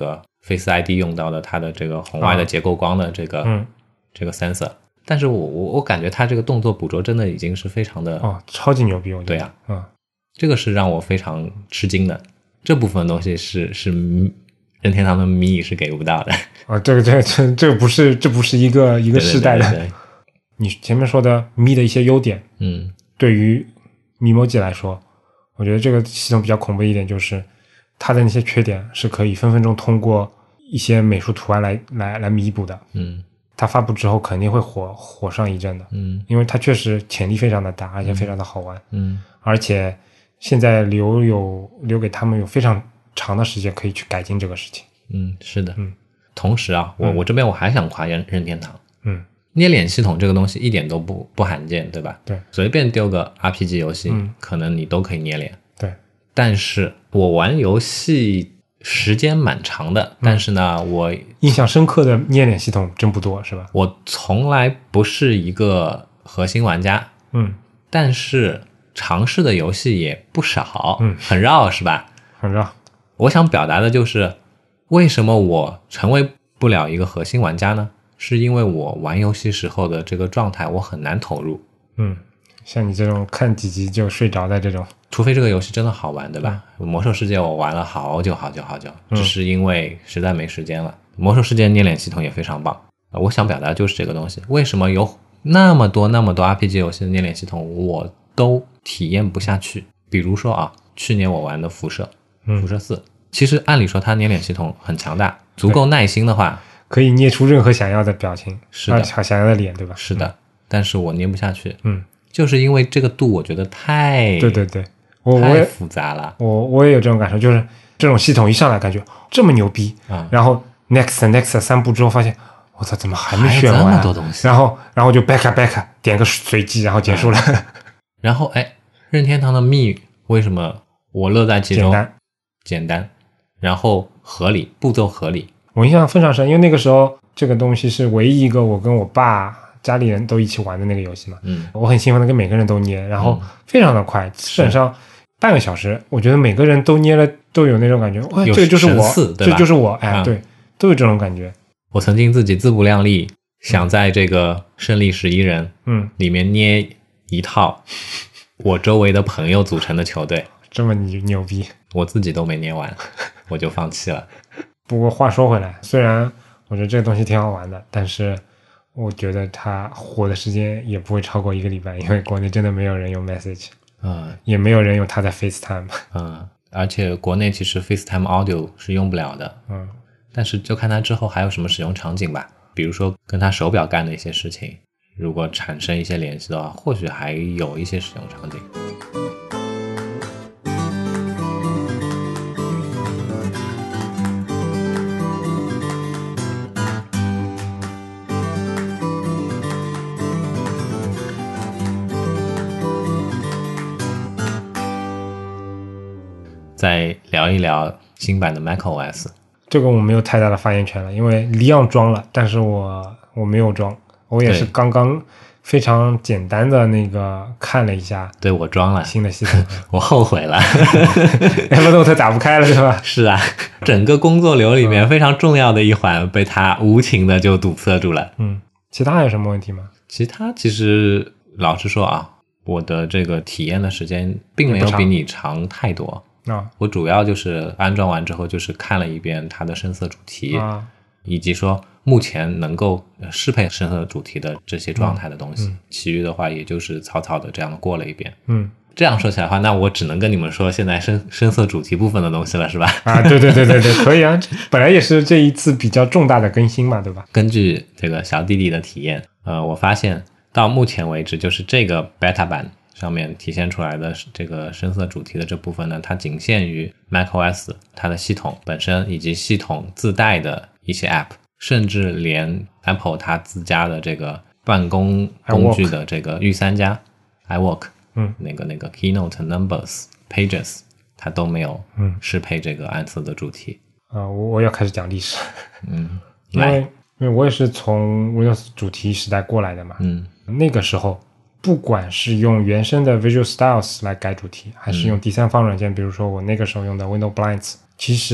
S2: Face I D 用到的它的这个红外的结构光的这个、
S1: 哦嗯、
S2: 这个 sensor， 但是我我我感觉它这个动作捕捉真的已经是非常的
S1: 哦，超级牛逼，我觉得。
S2: 对啊，
S1: 嗯，
S2: 这个是让我非常吃惊的，这部分东西是是任天堂的迷是给不到的。
S1: 啊、哦，这个这个这这个不是这不是一个一个世代的。
S2: 对对对对对，
S1: 你前面说的咪的一些优点，
S2: 嗯，
S1: 对于 Mimoji 来说，我觉得这个系统比较恐怖一点就是它的那些缺点是可以分分钟通过一些美术图案来来来弥补的。
S2: 嗯，
S1: 它发布之后肯定会火火上一阵的。
S2: 嗯，因
S1: 为它确实潜力非常的大，而且非常的好玩。
S2: 嗯，
S1: 而且现在留有留给他们有非常长的时间可以去改进这个事情。
S2: 嗯，是的。
S1: 嗯，
S2: 同时啊，我、
S1: 嗯、
S2: 我这边我还想夸任任天堂。
S1: 嗯，
S2: 捏脸系统这个东西一点都不不罕见，对吧？
S1: 对，
S2: 随便丢个 R P G 游戏、
S1: 嗯，
S2: 可能你都可以捏脸。
S1: 对，
S2: 但是我玩游戏时间蛮长的，但是呢、嗯、我
S1: 印象深刻的捏脸系统真不多，是吧？
S2: 我从来不是一个核心玩家，
S1: 嗯，
S2: 但是尝试的游戏也不少，
S1: 嗯，
S2: 很绕是吧？
S1: 很绕。
S2: 我想表达的就是为什么我成为不了一个核心玩家呢？是因为我玩游戏时候的这个状态我很难投入。
S1: 嗯，像你这种看几集就睡着的这种，
S2: 除非这个游戏真的好玩，对吧？嗯、魔兽世界我玩了好久好久好久，
S1: 嗯、
S2: 只是因为实在没时间了。魔兽世界捏脸系统也非常棒，我想表达就是这个东西。为什么有那么多那么多 R P G 游戏的捏脸系统我都体验不下去？比如说啊，去年我玩的辐射，辐射四、嗯，其实按理说它捏脸系统很强大，足够耐心的话
S1: 可以捏出任何想要的表情，
S2: 是的，
S1: 想要的脸，对吧？
S2: 是的、嗯、但是我捏不下去，
S1: 嗯，
S2: 就是因为这个度我觉得太
S1: 对对对，我
S2: 太复杂了。
S1: 我我也有这种感受，就是这种系统一上来感觉这么牛逼、
S2: 嗯、
S1: 然后 next next 三步之后发现我操怎么还没选完、啊、
S2: 还有这么多东西，
S1: 然后然后就 back back 点个随机然后结束了、嗯、
S2: 然后哎，任天堂的密为什么我乐在其中？
S1: 简单
S2: 简单，然后合理，步骤合理。
S1: 我印象非常深，因为那个时候这个东西是唯一一个我跟我爸家里人都一起玩的那个游戏嘛。
S2: 嗯，
S1: 我很兴奋的跟每个人都捏，然后非常的快，嗯、基本上半个小时，我觉得每个人都捏了都有那种感觉，哇，这个就是我，这就是我，哎、嗯，对，都有这种感觉。
S2: 我曾经自己自不量力，想在这个胜利十一人
S1: 嗯
S2: 里面捏一套我周围的朋友组成的球队，
S1: 这么牛牛逼，
S2: 我自己都没捏完，我就放弃了。
S1: 不过话说回来，虽然我觉得这个东西挺好玩的，但是我觉得它火的时间也不会超过一个礼拜，因为国内真的没有人用 Message，
S2: 嗯，
S1: 也没有人用它的 FaceTime，
S2: 嗯，而且国内其实 FaceTime Audio 是用不了的，
S1: 嗯，
S2: 但是就看它之后还有什么使用场景吧，比如说跟它手表干的一些事情，如果产生一些联系的话，或许还有一些使用场景。再聊一聊新版的 macOS，
S1: 这个我没有太大的发言权了，因为李昂装了，但是我我没有装，我也是刚刚非常简单的那个看了一下。
S2: 对，我装了
S1: 新的系统，
S2: 我后悔了
S1: ，Evernote 打不开了是吧？
S2: 是啊，整个工作流里面非常重要的一环被它无情的就堵塞住了。
S1: 嗯，其他还有什么问题吗？
S2: 其他其实老实说啊，我的这个体验的时间并没有比你长太多。
S1: 啊，
S2: 我主要就是安装完之后就是看了一遍它的深色主题、
S1: 啊、
S2: 以及说目前能够适配深色主题的这些状态的东西、
S1: 嗯嗯、
S2: 其余的话也就是草草的这样过了一遍。
S1: 嗯，
S2: 这样说起来的话，那我只能跟你们说现在深深色主题部分的东西了是吧？
S1: 啊，对对对对对，可以啊，本来也是这一次比较重大的更新嘛，对吧？
S2: 根据这个小弟弟的体验，呃，我发现到目前为止就是这个 beta 版上面体现出来的这个深色主题的这部分呢，它仅限于 macOS 它的系统本身以及系统自带的一些 App， 甚至连 Apple 它自家的这个办公工具的这个御三家 iWork，
S1: 嗯，
S2: 那个那个 Keynote、Numbers、Pages 它都没有适配这个暗色的主题。
S1: 啊、呃，我我要开始讲历史，
S2: 嗯，
S1: 因为因为我也是从 Windows 主题时代过来的嘛，
S2: 嗯，
S1: 那个时候。不管是用原生的 Visual Styles 来改主题，还是用第三方软件、嗯、比如说我那个时候用的 Windows Blinds， 其实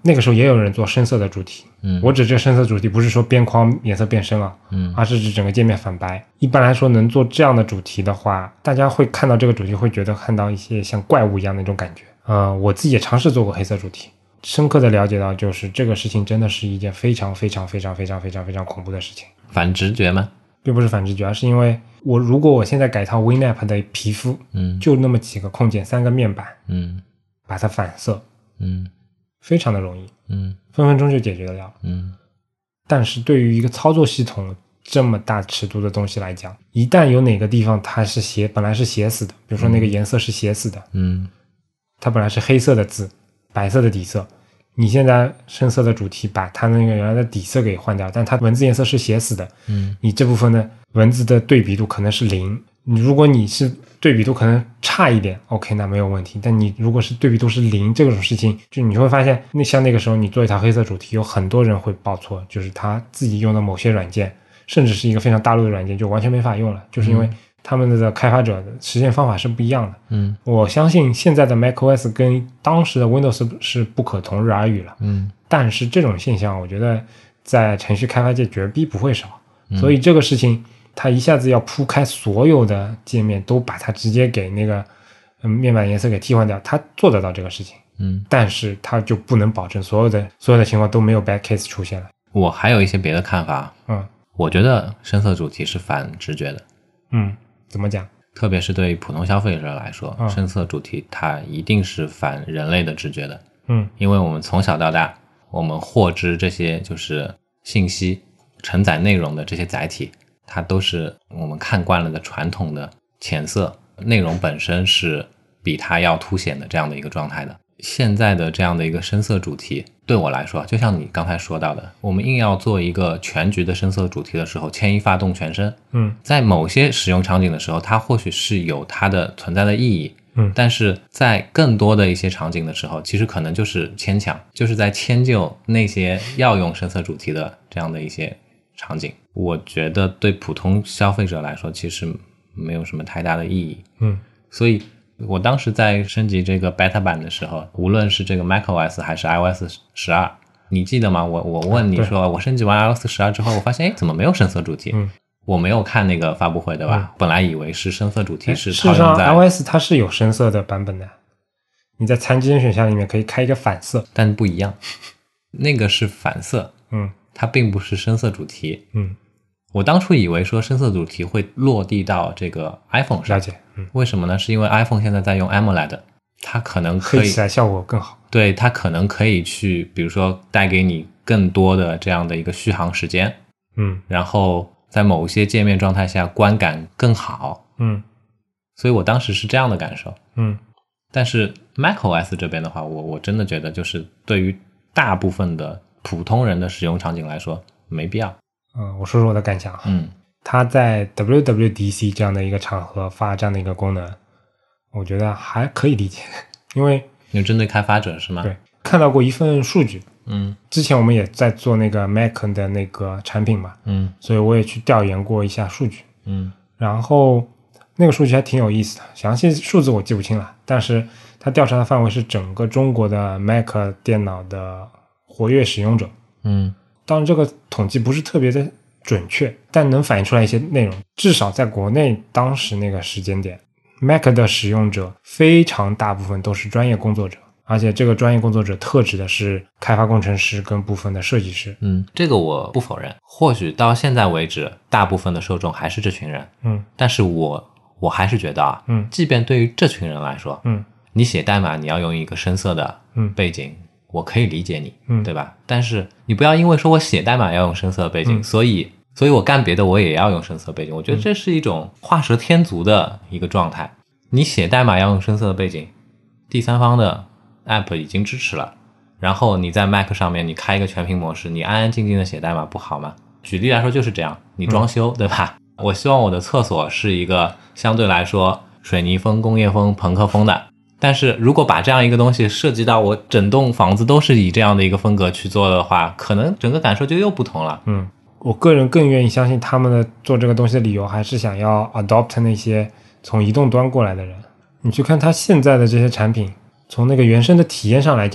S1: 那个时候也有人做深色的主题，
S2: 嗯，
S1: 我指这个深色主题不是说边框颜色变深了，
S2: 嗯，
S1: 而是指整个界面反白。一般来说能做这样的主题的话，大家会看到这个主题会觉得看到一些像怪物一样的那种感觉。呃，我自己也尝试做过黑色主题，深刻的了解到就是这个事情真的是一件非常非常非常非常非常非常恐怖的事情。
S2: 反直觉吗？
S1: 并不是反直觉，而是因为我如果我现在改套 Winamp 的皮肤，
S2: 嗯，
S1: 就那么几个空间，三个面板，
S2: 嗯，
S1: 把它反色，
S2: 嗯，
S1: 非常的容易，
S2: 嗯，
S1: 分分钟就解决得了，
S2: 嗯。
S1: 但是对于一个操作系统这么大尺度的东西来讲，一旦有哪个地方它是写本来是写死的，比如说那个颜色是写死的，
S2: 嗯，
S1: 它本来是黑色的字，白色的底色，你现在深色的主题把它那个原来的底色给换掉，但它文字颜色是写死的，
S2: 嗯，
S1: 你这部分的文字的对比度可能是零，你如果你是对比度可能差一点 OK 那没有问题，但你如果是对比度是零这种事情，就你会发现那像那个时候你做一套黑色主题有很多人会报错，就是他自己用的某些软件甚至是一个非常大陆的软件就完全没法用了，就是因为他们的开发者的实现方法是不一样的。
S2: 嗯，
S1: 我相信现在的 macOS 跟当时的 Windows 是不可同日而语了。
S2: 嗯，
S1: 但是这种现象我觉得在程序开发界绝逼不会少，所以这个事情它一下子要铺开所有的界面都把它直接给那个、嗯、面板颜色给替换掉，它做得到这个事情。
S2: 嗯，
S1: 但是它就不能保证所有的所有的情况都没有 bad case 出现了。
S2: 我还有一些别的看法。
S1: 嗯，
S2: 我觉得深色主题是反直觉的。
S1: 嗯，怎么讲？
S2: 特别是对于普通消费者来说，
S1: 嗯、
S2: 深色主题它一定是反人类的直觉的。
S1: 嗯，
S2: 因为我们从小到大，我们获知这些就是信息承载内容的这些载体，它都是我们看惯了的传统的浅色，内容本身是比它要凸显的这样的一个状态的。现在的这样的一个深色主题，对我来说，就像你刚才说到的，我们硬要做一个全局的深色主题的时候，牵一发动全身。
S1: 嗯，在
S2: 某些使用场景的时候，它或许是有它的存在的意义。
S1: 嗯，
S2: 但是在更多的一些场景的时候，其实可能就是牵强，就是在迁就那些要用深色主题的这样的一些场景。我觉得对普通消费者来说，其实没有什么太大的意义。
S1: 嗯，
S2: 所以我当时在升级这个 beta 版的时候，无论是这个 macOS 还是 iOS 十二，你记得吗？我我问你说，啊、我升级完 iOS 十二之后，我发现哎，怎么没有深色主题？嗯，我没有看那个发布会，对吧？嗯、本来以为是深色主题是套用在，
S1: 事实上 iOS 它是有深色的版本的，你在残疾人选项里面可以开一个反色，
S2: 但不一样，那个是反色，
S1: 嗯，
S2: 它并不是深色主题，
S1: 嗯。
S2: 我当初以为说深色主题会落地到这个 iPhone 上，
S1: 了解，嗯，
S2: 为什么呢？是因为 iPhone 现在在用 AMOLED， 它可能可以
S1: 黑起来效果更好，
S2: 对，它可能可以去，比如说带给你更多的这样的一个续航时间，
S1: 嗯，
S2: 然后在某些界面状态下观感更好，
S1: 嗯，
S2: 所以我当时是这样的感受，
S1: 嗯，
S2: 但是 macOS 这边的话，我我真的觉得就是对于大部分的普通人的使用场景来说没必要。
S1: 嗯，我说说我的感想啊。
S2: 嗯，
S1: 他在 W W D C 这样的一个场合发这样的一个功能，我觉得还可以理解，因为
S2: 有针对开发者是吗？
S1: 对，看到过一份数据，
S2: 嗯，
S1: 之前我们也在做那个 Mac 的那个产品嘛，
S2: 嗯，
S1: 所以我也去调研过一下数据，
S2: 嗯，
S1: 然后那个数据还挺有意思的，详细数字我记不清了，但是它调查的范围是整个中国的 Mac 电脑的活跃使用者，
S2: 嗯。
S1: 当然这个统计不是特别的准确，但能反映出来一些内容。至少在国内当时那个时间点， Mac 的使用者非常大部分都是专业工作者，而且这个专业工作者特指的是开发工程师跟部分的设计师。
S2: 嗯，这个我不否认，或许到现在为止大部分的受众还是这群人。
S1: 嗯，
S2: 但是我我还是觉得啊，
S1: 嗯，
S2: 即便对于这群人来说，
S1: 嗯，
S2: 你写代码你要用一个深色的背景，
S1: 嗯，
S2: 我可以理解你，
S1: 嗯，
S2: 对吧？但是你不要因为说我写代码要用深色背景，
S1: 嗯，
S2: 所以所以我干别的我也要用深色背景，我觉得这是一种画蛇添足的一个状态。你写代码要用深色的背景，第三方的 app 已经支持了，然后你在 Mac 上面你开一个全屏模式，你安安静静的写代码不好吗？举例来说就是这样，你装修，嗯，对吧？我希望我的厕所是一个相对来说水泥风、工业风、朋克风的，但是如果把这样一个东西涉及到我整栋房子都是以这样的一个风格去做的话，可能整个感受就又不同了。
S1: 嗯，我个人更愿意相信他们的做这个东西的理由还是想要 adopt 那些从移动端过来的人。你去看他现在的这些产品，从那个原生的体验上来讲，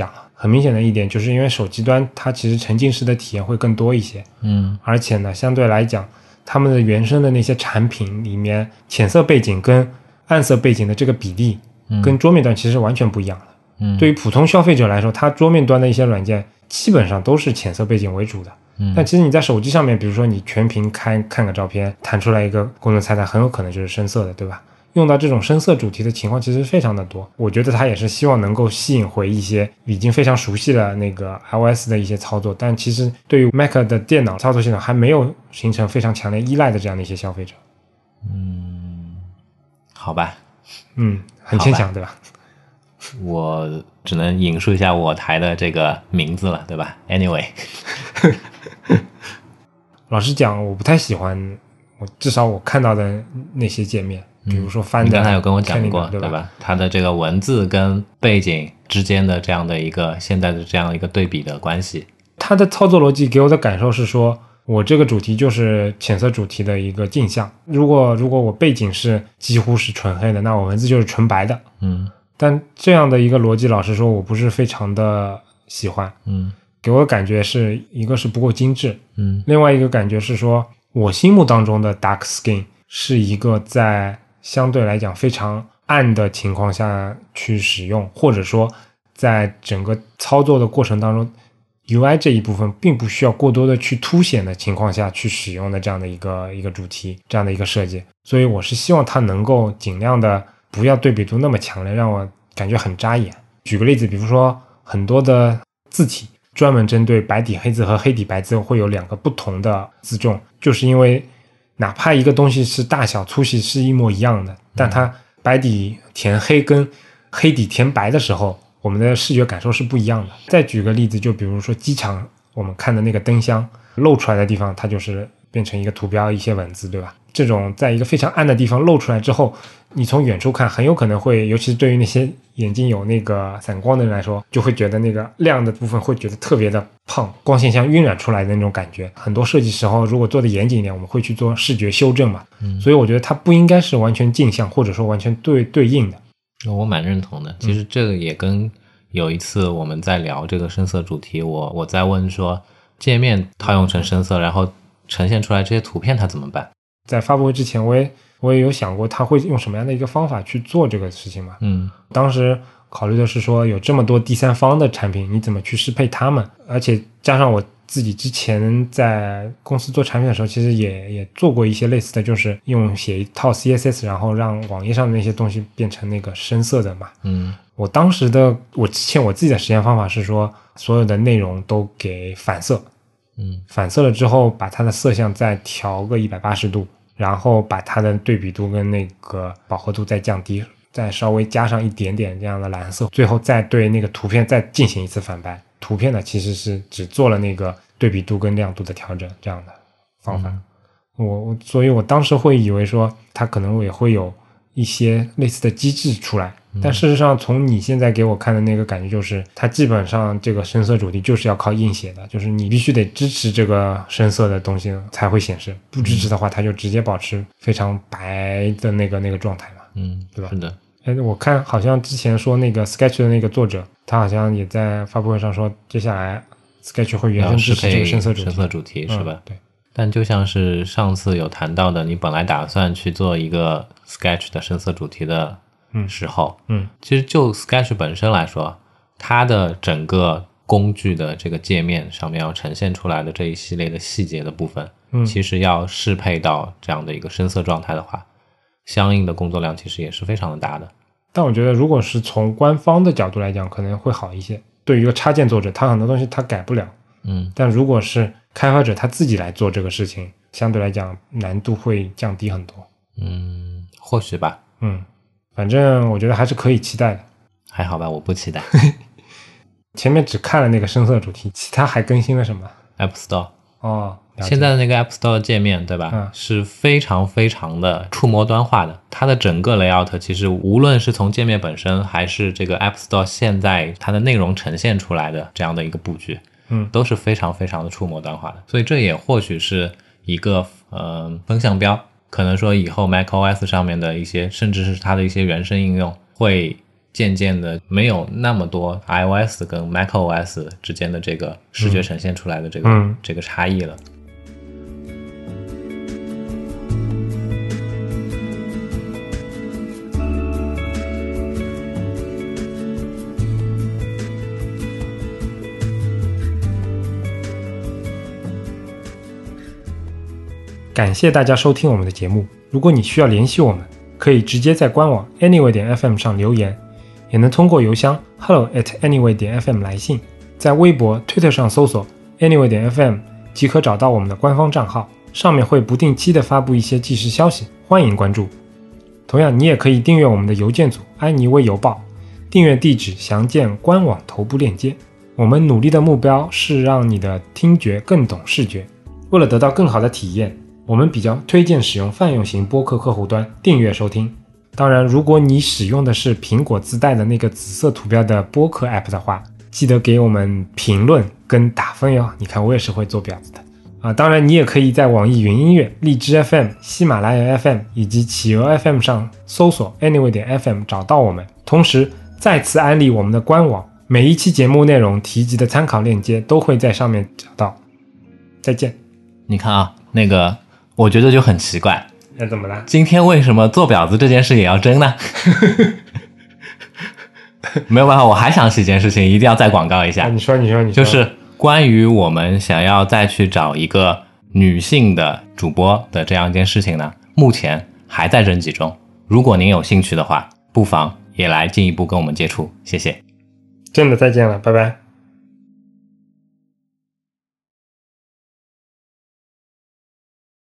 S1: 很明显的一点就是因为手机端它其实沉浸式的体验会更多一些，
S2: 嗯，
S1: 而且呢相对来讲他们的原生的那些产品里面浅色背景跟暗色背景的这个比例跟桌面端其实完全不一样的。
S2: 嗯，
S1: 对于普通消费者来说，它桌面端的一些软件基本上都是浅色背景为主的。嗯，但其实你在手机上面，比如说你全屏开看个照片，弹出来一个功能菜单，很有可能就是深色的，对吧？用到这种深色主题的情况其实非常的多。我觉得它也是希望能够吸引回一些已经非常熟悉了那个 iOS 的一些操作，但其实对于 Mac 的电脑操作系统还没有形成非常强烈依赖的这样的一些消费者。
S2: 嗯，好吧。
S1: 嗯，很牵强，对吧？
S2: 我只能引述一下我台的这个名字了，对吧 ？Anyway，
S1: 老实讲，我不太喜欢，我至少我看到的那些界面，比如说翻的、嗯，
S2: 你刚才有跟我讲过，
S1: 对吧？
S2: 对吧？它的这个文字跟背景之间的这样的一个现在的这样一个对比的关系，
S1: 它的操作逻辑给我的感受是说，我这个主题就是浅色主题的一个镜像，如果如果我背景是几乎是纯黑的，那我文字就是纯白的，
S2: 嗯。
S1: 但这样的一个逻辑，老实说，我不是非常的喜欢。
S2: 嗯，
S1: 给我的感觉是一个是不够精致，
S2: 嗯，
S1: 另外一个感觉是说，我心目当中的 dark skin 是一个在相对来讲非常暗的情况下去使用，或者说在整个操作的过程当中 U I 这一部分并不需要过多的去凸显的情况下去使用的这样的一个一个主题，这样的一个设计。所以我是希望它能够尽量的不要对比度那么强烈，让我感觉很扎眼。举个例子，比如说很多的字体专门针对白底黑字和黑底白字会有两个不同的字重，就是因为哪怕一个东西是大小粗细是一模一样的，但它白底填黑跟黑底填白的时候，我们的视觉感受是不一样的。再举个例子，就比如说机场我们看的那个灯箱露出来的地方，它就是变成一个图标一些文字，对吧？这种在一个非常暗的地方露出来之后，你从远处看很有可能会，尤其是对于那些眼睛有那个散光的人来说，就会觉得那个亮的部分会觉得特别的胖，光线像晕染出来的那种感觉。很多设计时候如果做的严谨一点，我们会去做视觉修正嘛。
S2: 嗯，
S1: 所以我觉得它不应该是完全镜像或者说完全对对应的。
S2: 我蛮认同的。其实这个也跟有一次我们在聊这个深色主题，我我在问说界面套用成深色，然后呈现出来这些图片它怎么办？
S1: 在发布会之前我也我也有想过他会用什么样的一个方法去做这个事情嘛。
S2: 嗯，
S1: 当时考虑的是说有这么多第三方的产品，你怎么去适配他们，而且加上我自己之前在公司做产品的时候，其实也也做过一些类似的，就是用写一套 C S S 然后让网页上的那些东西变成那个深色的嘛。
S2: 嗯，
S1: 我当时的我之前我自己的实验方法是说所有的内容都给反色，
S2: 嗯，
S1: 反色了之后把它的色相再调个一百八十度，然后把它的对比度跟那个饱和度再降低，再稍微加上一点点这样的蓝色，最后再对那个图片再进行一次反白。图片呢其实是只做了那个对比度跟亮度的调整这样的方法。嗯，我所以我当时会以为说它可能也会有一些类似的机制出来，但事实上从你现在给我看的那个感觉就是它基本上这个深色主题就是要靠硬写的，就是你必须得支持这个深色的东西才会显示，不支持的话它就直接保持非常白的那个那个状态嘛。
S2: 嗯，
S1: 对吧？
S2: 是的。
S1: 哎，我看好像之前说那个 Sketch 的那个作者他好像也在发布会上说接下来 Sketch 会原生支持这个深色主题，
S2: 深色主题是吧？
S1: 嗯，对。
S2: 但就像是上次有谈到的，你本来打算去做一个 Sketch 的深色主题的时候，
S1: 嗯，
S2: 其实就 Sketch 本身来说，它的整个工具的这个界面上面要呈现出来的这一系列的细节的部分，
S1: 嗯，
S2: 其实要适配到这样的一个深色状态的话，相应的工作量其实也是非常的大的。
S1: 但我觉得如果是从官方的角度来讲可能会好一些，对于一个插件作者他很多东西他改不了，
S2: 嗯，
S1: 但如果是开发者他自己来做这个事情，相对来讲难度会降低很多。
S2: 嗯，或许吧。
S1: 嗯，反正我觉得还是可以期待的。
S2: 还好吧，我不期待。
S1: 前面只看了那个深色主题，其他还更新了什么
S2: App Store。
S1: 哦，
S2: 现在的那个 App Store 的界面，对吧？
S1: 嗯，
S2: 是非常非常的触摸端化的。它的整个 layout 其实无论是从界面本身，还是这个 App Store 现在它的内容呈现出来的这样的一个布局，
S1: 嗯，
S2: 都是非常非常的触摸端化的。所以这也或许是一个呃风向标，可能说以后 macOS 上面的一些，甚至是它的一些原生应用，会渐渐的没有那么多 iOS 跟 macOS 之间的这个视觉呈现出来的这个、
S1: 嗯、
S2: 这个差异了。
S1: 感谢大家收听我们的节目，如果你需要联系我们，可以直接在官网 anyway 点 f m 上留言，也能通过邮箱 hello at anyway 点 f m 来信，在微博 Twitter 上搜索 anyway 点 f m 即可找到我们的官方账号，上面会不定期的发布一些即时消息，欢迎关注。同样你也可以订阅我们的邮件组安妮微邮报，订阅地址详见官网头部链接。我们努力的目标是让你的听觉更懂视觉，为了得到更好的体验，我们比较推荐使用泛用型播客客户端订阅收听。当然，如果你使用的是苹果自带的那个紫色图标的播客 app 的话，记得给我们评论跟打分哟。你看我也是会做婊子的啊！当然，你也可以在网易云音乐、荔枝 F M、喜马拉雅 F M 以及企鹅 F M 上搜索 anyway 点 f m 找到我们。同时，再次安利我们的官网，每一期节目内容提及的参考链接都会在上面找到。再见。
S2: 你看啊，那个我觉得就很奇怪，
S1: 那怎么了？
S2: 今天为什么做婊子这件事也要争呢？没有办法，我还想起一件事情，一定要再广告一下。
S1: 啊、你说，你说，你说，
S2: 就是关于我们想要再去找一个女性的主播的这样一件事情呢，目前还在征集中。如果您有兴趣的话，不妨也来进一步跟我们接触。谢谢。
S1: 真的再见了，拜拜。